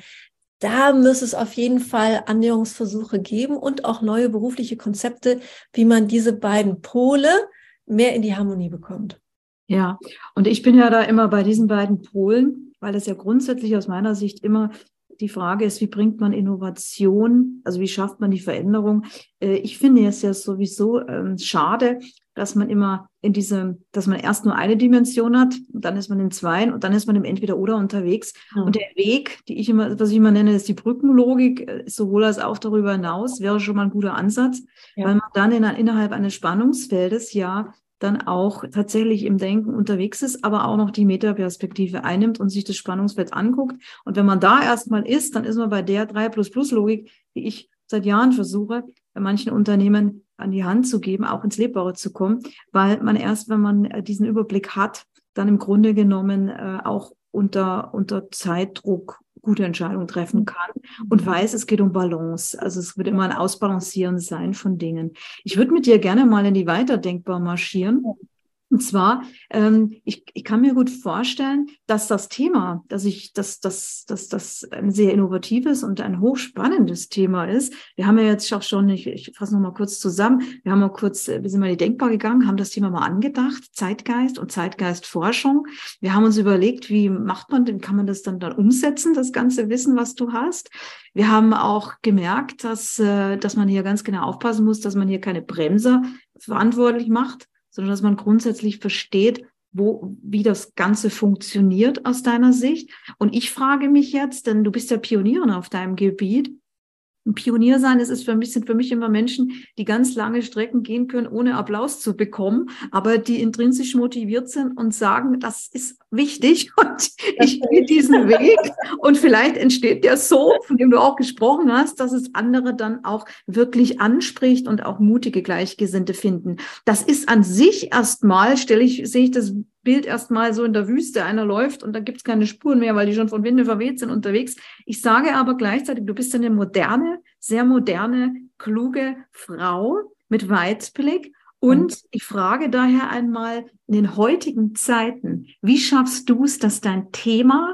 da muss es auf jeden Fall Annäherungsversuche geben und auch neue berufliche Konzepte, wie man diese beiden Pole mehr in die Harmonie bekommt. Ja, und ich bin ja da immer bei diesen beiden Polen, weil es ja grundsätzlich aus meiner Sicht immer die Frage ist, wie bringt man Innovation, also wie schafft man die Veränderung? Ich finde es ja sowieso ähm, schade, dass man immer in diesem, dass man erst nur eine Dimension hat, und dann ist man in zwei und dann ist man im Entweder-Oder unterwegs. Ja. Und der Weg, die ich immer, was ich immer nenne, ist die Brückenlogik, sowohl als auch darüber hinaus, wäre schon mal ein guter Ansatz, ja. Weil man dann in, innerhalb eines Spannungsfeldes ja dann auch tatsächlich im Denken unterwegs ist, aber auch noch die Metaperspektive einnimmt und sich das Spannungsfeld anguckt. Und wenn man da erstmal ist, dann ist man bei der drei plus plus Logik, die ich seit Jahren versuche, bei manchen Unternehmen an die Hand zu geben, auch ins Lebbare zu kommen, weil man erst, wenn man diesen Überblick hat, dann im Grunde genommen äh, auch unter, unter Zeitdruck gute Entscheidungen treffen kann und weiß, es geht um Balance. Also es wird immer ein Ausbalancieren sein von Dingen. Ich würde mit dir gerne mal in die Weiterdenkbar marschieren. Und zwar, ähm, ich, ich kann mir gut vorstellen, dass das Thema, dass ich, dass, dass, dass das ein sehr innovatives und ein hochspannendes Thema ist. Wir haben ja jetzt auch schon, ich, ich fasse noch mal kurz zusammen, wir haben mal kurz, wir sind mal in die Denkbar gegangen, haben das Thema mal angedacht, Zeitgeist und Zeitgeistforschung. Wir haben uns überlegt, wie macht man denn, kann man das dann, dann umsetzen, das ganze Wissen, was du hast. Wir haben auch gemerkt, dass, äh, dass man hier ganz genau aufpassen muss, dass man hier keine Bremser verantwortlich macht, sondern dass man grundsätzlich versteht, wo, wie das Ganze funktioniert aus deiner Sicht. Und ich frage mich jetzt, denn du bist ja Pionierin auf deinem Gebiet, ein Pionier sein, es ist für mich, sind für mich immer Menschen, die ganz lange Strecken gehen können, ohne Applaus zu bekommen, aber die intrinsisch motiviert sind und sagen, das ist wichtig und ich gehe diesen Weg. Und vielleicht entsteht der so, von dem du auch gesprochen hast, dass es andere dann auch wirklich anspricht und auch mutige Gleichgesinnte finden. Das ist an sich erstmal, stelle ich, sehe ich das Bild erstmal so in der Wüste, einer läuft und da gibt es keine Spuren mehr, weil die schon von Winde verweht sind unterwegs. Ich sage aber gleichzeitig, du bist eine moderne, sehr moderne, kluge Frau mit Weitblick. Und ich frage daher einmal in den heutigen Zeiten, wie schaffst du es, dass dein Thema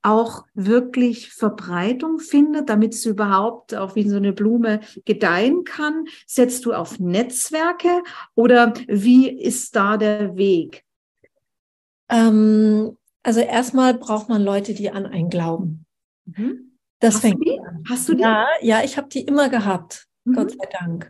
auch wirklich Verbreitung findet, damit sie überhaupt auch wie so eine Blume gedeihen kann? Setzt du auf Netzwerke oder wie ist da der Weg? Ähm, also erstmal braucht man Leute, die an einen glauben. Mhm. Das Hast fängt du die? an. Hast du die? Ja, ja, ich habe die immer gehabt, Mhm. Gott sei Dank.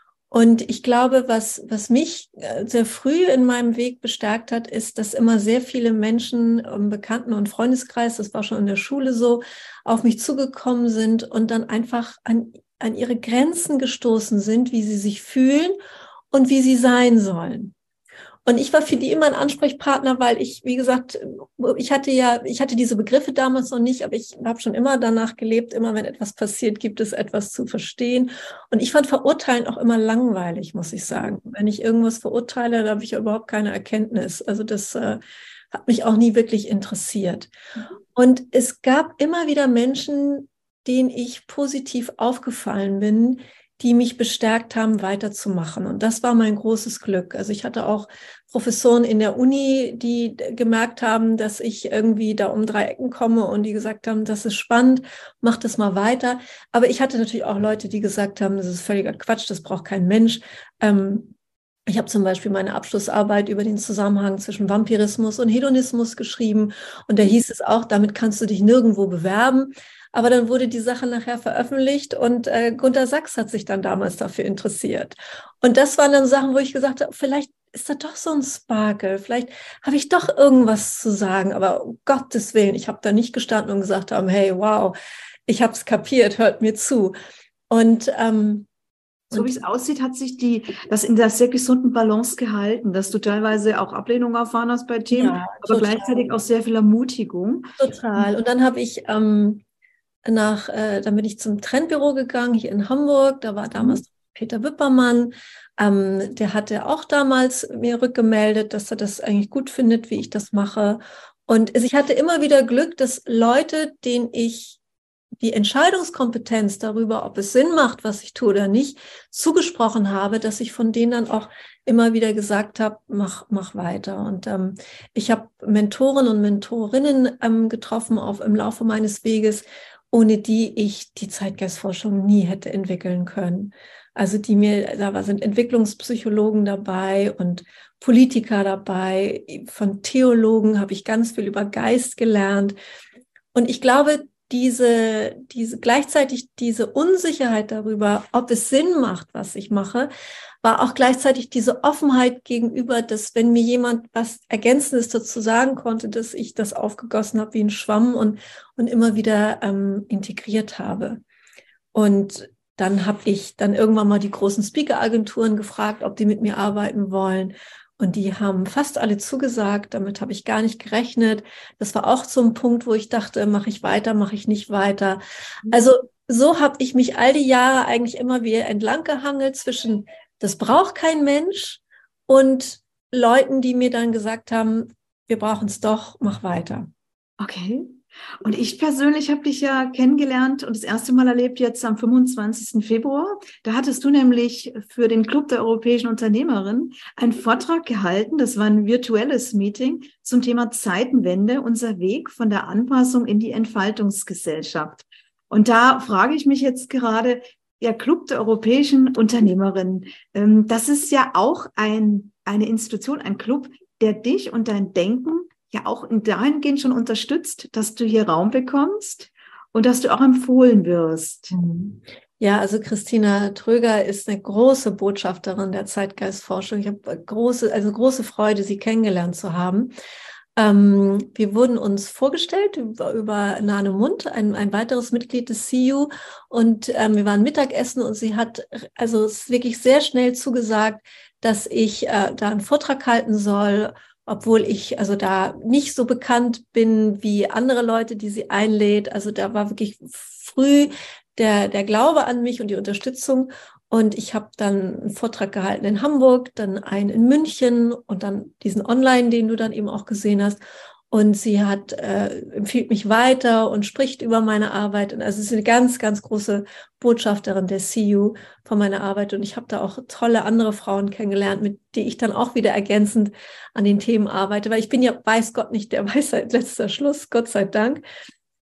Und ich glaube, was, was mich sehr früh in meinem Weg bestärkt hat, ist, dass immer sehr viele Menschen im Bekannten- und Freundeskreis, das war schon in der Schule so, auf mich zugekommen sind und dann einfach an, an ihre Grenzen gestoßen sind, wie sie sich fühlen und wie sie sein sollen. Und ich war für die immer ein Ansprechpartner, weil ich, wie gesagt, ich hatte ja, ich hatte diese Begriffe damals noch nicht, aber ich habe schon immer danach gelebt, immer wenn etwas passiert, gibt es etwas zu verstehen. Und ich fand Verurteilen auch immer langweilig, muss ich sagen. Wenn ich irgendwas verurteile, dann habe ich ja überhaupt keine Erkenntnis. Also das äh, hat mich auch nie wirklich interessiert. Und es gab immer wieder Menschen, denen ich positiv aufgefallen bin, die mich bestärkt haben, weiterzumachen. Und das war mein großes Glück. Also ich hatte auch Professoren in der Uni, die gemerkt haben, dass ich irgendwie da um drei Ecken komme und die gesagt haben, das ist spannend, mach das mal weiter. Aber ich hatte natürlich auch Leute, die gesagt haben, das ist völliger Quatsch, das braucht kein Mensch. Ähm, Ich habe zum Beispiel meine Abschlussarbeit über den Zusammenhang zwischen Vampirismus und Hedonismus geschrieben. Und da hieß es auch, damit kannst du dich nirgendwo bewerben. Aber dann wurde die Sache nachher veröffentlicht und äh, Gunter Sachs hat sich dann damals dafür interessiert. Und das waren dann Sachen, wo ich gesagt habe, vielleicht ist da doch so ein Sparkle, vielleicht habe ich doch irgendwas zu sagen. Aber um Gottes Willen, ich habe da nicht gestanden und gesagt haben, hey, wow, ich habe es kapiert, hört mir zu. Und ähm, So wie es aussieht, hat sich die, das in der sehr gesunden Balance gehalten, dass du teilweise auch Ablehnung erfahren hast bei Themen, ja, aber total, gleichzeitig auch sehr viel Ermutigung. total. Und dann habe ich ähm, nach, äh, dann bin ich zum Trendbüro gegangen hier in Hamburg. Da war damals Mhm. Peter Wippermann. Ähm, der hatte auch damals mir rückgemeldet, dass er das eigentlich gut findet, wie ich das mache. Und ich hatte immer wieder Glück, dass Leute, denen ich die Entscheidungskompetenz darüber, ob es Sinn macht, was ich tue oder nicht, zugesprochen habe, dass ich von denen dann auch immer wieder gesagt habe, mach, mach weiter. Und ähm, ich habe Mentoren und Mentorinnen ähm, getroffen auf, im Laufe meines Weges, ohne die ich die Zeitgeistforschung nie hätte entwickeln können. Also die mir, da sind Entwicklungspsychologen dabei und Politiker dabei. Von Theologen habe ich ganz viel über Geist gelernt. Und ich glaube, diese, diese, gleichzeitig diese Unsicherheit darüber, ob es Sinn macht, was ich mache, war auch gleichzeitig diese Offenheit gegenüber, dass wenn mir jemand was Ergänzendes dazu sagen konnte, dass ich das aufgegossen habe wie ein Schwamm und, und immer wieder ähm, integriert habe. Und dann habe ich dann irgendwann mal die großen Speaker-Agenturen gefragt, ob die mit mir arbeiten wollen. Und die haben fast alle zugesagt. Damit habe ich gar nicht gerechnet. Das war auch so ein Punkt, wo ich dachte, mache ich weiter, mache ich nicht weiter. Also so habe ich mich all die Jahre eigentlich immer wieder entlang gehangelt zwischen, das braucht kein Mensch, und Leuten, die mir dann gesagt haben, wir brauchen es doch, mach weiter. Okay. Und ich persönlich habe dich ja kennengelernt und das erste Mal erlebt jetzt am fünfundzwanzigsten Februar. Da hattest du nämlich für den Club der europäischen Unternehmerinnen einen Vortrag gehalten. Das war ein virtuelles Meeting zum Thema Zeitenwende, unser Weg von der Anpassung in die Entfaltungsgesellschaft. Und da frage ich mich jetzt gerade, der Club der europäischen Unternehmerinnen, ähm, das ist ja auch ein, eine Institution, ein Club, der dich und dein Denken ja auch dahingehend schon unterstützt, dass du hier Raum bekommst und dass du auch empfohlen wirst. Ja, also Christina Tröger ist eine große Botschafterin der Zeitgeistforschung. Ich habe große, also große Freude, sie kennengelernt zu haben. Ähm, wir wurden uns vorgestellt über, über Nane Mund, ein, ein weiteres Mitglied des C U, und ähm, wir waren Mittagessen und sie hat also es wirklich sehr schnell zugesagt, dass ich äh, da einen Vortrag halten soll, obwohl ich also da nicht so bekannt bin wie andere Leute, die sie einlädt. Also da war wirklich früh der, der Glaube an mich und die Unterstützung. Und ich habe dann einen Vortrag gehalten in Hamburg, dann einen in München und dann diesen Online, den du dann eben auch gesehen hast. Und sie hat äh, empfiehlt mich weiter und spricht über meine Arbeit. Und also es ist eine ganz, ganz große Botschafterin der C U von meiner Arbeit. Und ich habe da auch tolle andere Frauen kennengelernt, mit denen ich dann auch wieder ergänzend an den Themen arbeite. Weil ich bin ja, weiß Gott, nicht der Weisheit letzter Schluss, Gott sei Dank.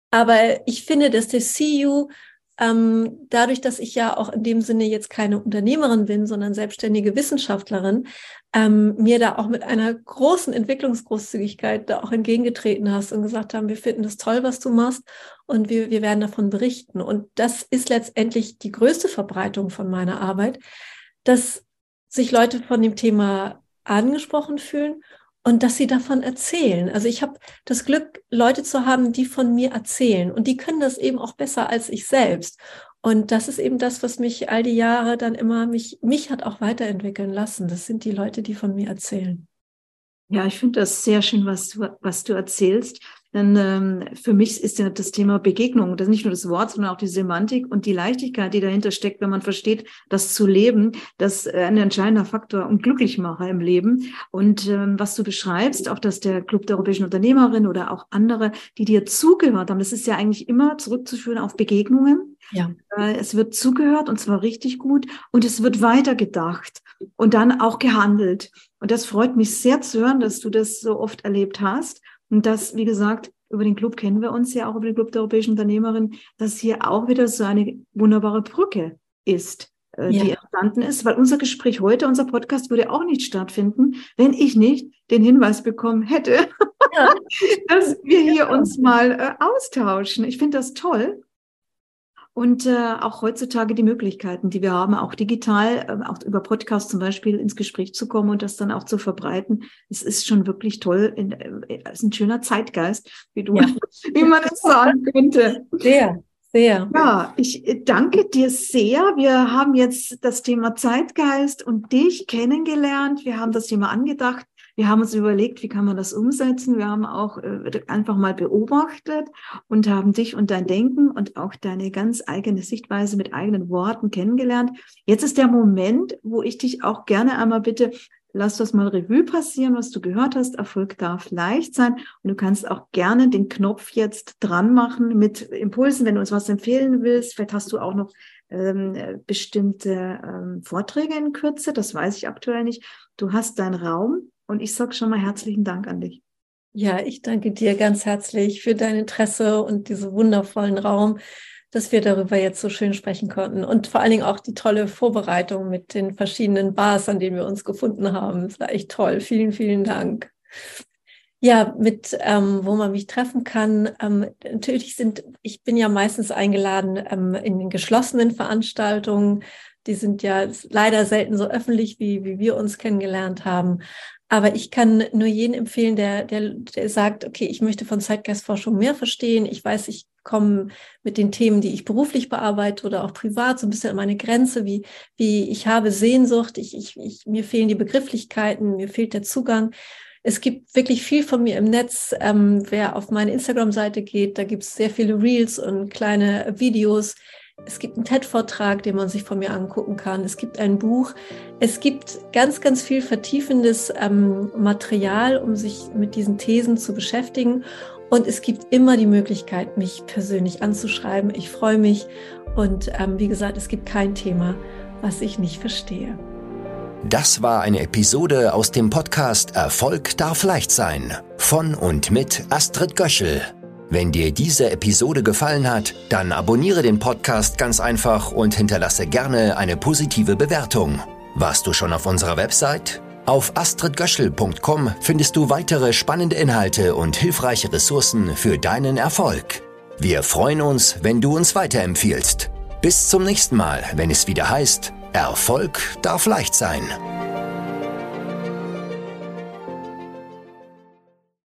Aber ich finde, dass der C U, ähm, dadurch, dass ich ja auch in dem Sinne jetzt keine Unternehmerin bin, sondern selbstständige Wissenschaftlerin, ähm, mir da auch mit einer großen Entwicklungsgroßzügigkeit da auch entgegengetreten hast und gesagt haben, wir finden das toll, was du machst und wir, wir werden davon berichten. Und das ist letztendlich die größte Verbreitung von meiner Arbeit, dass sich Leute von dem Thema angesprochen fühlen und dass sie davon erzählen. Also ich habe das Glück, Leute zu haben, die von mir erzählen. Und die können das eben auch besser als ich selbst. Und das ist eben das, was mich all die Jahre dann immer, mich, mich hat auch weiterentwickeln lassen. Das sind die Leute, die von mir erzählen. Ja, ich finde das sehr schön, was du, was du erzählst. Denn ähm, für mich ist ja das Thema Begegnung, das ist nicht nur das Wort, sondern auch die Semantik und die Leichtigkeit, die dahinter steckt, wenn man versteht, das zu leben, das äh, ein entscheidender Faktor und Glücklichmacher im Leben. Und ähm, was du beschreibst, auch dass der Club der europäischen Unternehmerinnen oder auch andere, die dir zugehört haben, das ist ja eigentlich immer zurückzuführen auf Begegnungen. Ja. Äh, es wird zugehört und zwar richtig gut und es wird weitergedacht und dann auch gehandelt. Und das freut mich sehr zu hören, dass du das so oft erlebt hast. Und das, wie gesagt, über den Club kennen wir uns ja auch, über den Club der europäischen Unternehmerin, dass hier auch wieder so eine wunderbare Brücke ist, äh, ja. die entstanden ist. Weil unser Gespräch heute, unser Podcast würde auch nicht stattfinden, wenn ich nicht den Hinweis bekommen hätte, ja. dass wir hier ja. uns mal äh, austauschen. Ich finde das toll. Und äh, auch heutzutage die Möglichkeiten, die wir haben, auch digital, äh, auch über Podcasts zum Beispiel ins Gespräch zu kommen und das dann auch zu verbreiten. Es ist schon wirklich toll. Es äh, ist ein schöner Zeitgeist, wie du, ja. wie man es sagen könnte. Sehr, sehr. Ja, ich danke dir sehr. Wir haben jetzt das Thema Zeitgeist und dich kennengelernt. Wir haben das Thema angedacht. Wir haben uns überlegt, wie kann man das umsetzen. Wir haben auch äh, einfach mal beobachtet und haben dich und dein Denken und auch deine ganz eigene Sichtweise mit eigenen Worten kennengelernt. Jetzt ist der Moment, wo ich dich auch gerne einmal bitte, lass das mal Revue passieren, was du gehört hast. Erfolg darf leicht sein. Und du kannst auch gerne den Knopf jetzt dran machen mit Impulsen, wenn du uns was empfehlen willst. Vielleicht hast du auch noch ähm, bestimmte ähm, Vorträge in Kürze. Das weiß ich aktuell nicht. Du hast deinen Raum. Und ich sage schon mal herzlichen Dank an dich. Ja, ich danke dir ganz herzlich für dein Interesse und diesen wundervollen Raum, dass wir darüber jetzt so schön sprechen konnten. Und vor allen Dingen auch die tolle Vorbereitung mit den verschiedenen Bars, an denen wir uns gefunden haben. Das war echt toll. Vielen, vielen Dank. Ja, mit ähm, wo man mich treffen kann. Ähm, natürlich sind, ich bin ja meistens eingeladen ähm, in den geschlossenen Veranstaltungen. Die sind ja leider selten so öffentlich, wie, wie wir uns kennengelernt haben. Aber ich kann nur jeden empfehlen, der, der, der sagt, okay, ich möchte von Zeitgeistforschung mehr verstehen. Ich weiß, ich komme mit den Themen, die ich beruflich bearbeite oder auch privat, so ein bisschen an meine Grenze, wie, wie ich habe Sehnsucht, ich, ich, ich, mir fehlen die Begrifflichkeiten, mir fehlt der Zugang. Es gibt wirklich viel von mir im Netz. Ähm, wer auf meine Instagram-Seite geht, da gibt es sehr viele Reels und kleine Videos. Es gibt einen TED-Vortrag, den man sich von mir angucken kann. Es gibt ein Buch. Es gibt ganz, ganz viel vertiefendes ähm, Material, um sich mit diesen Thesen zu beschäftigen. Und es gibt immer die Möglichkeit, mich persönlich anzuschreiben. Ich freue mich. Und ähm, wie gesagt, es gibt kein Thema, was ich nicht verstehe. Das war eine Episode aus dem Podcast Erfolg darf leicht sein von und mit Astrid Göschel. Wenn dir diese Episode gefallen hat, dann abonniere den Podcast ganz einfach und hinterlasse gerne eine positive Bewertung. Warst du schon auf unserer Website? Auf astrid göschel punkt com findest du weitere spannende Inhalte und hilfreiche Ressourcen für deinen Erfolg. Wir freuen uns, wenn du uns weiterempfiehlst. Bis zum nächsten Mal, wenn es wieder heißt, Erfolg darf leicht sein.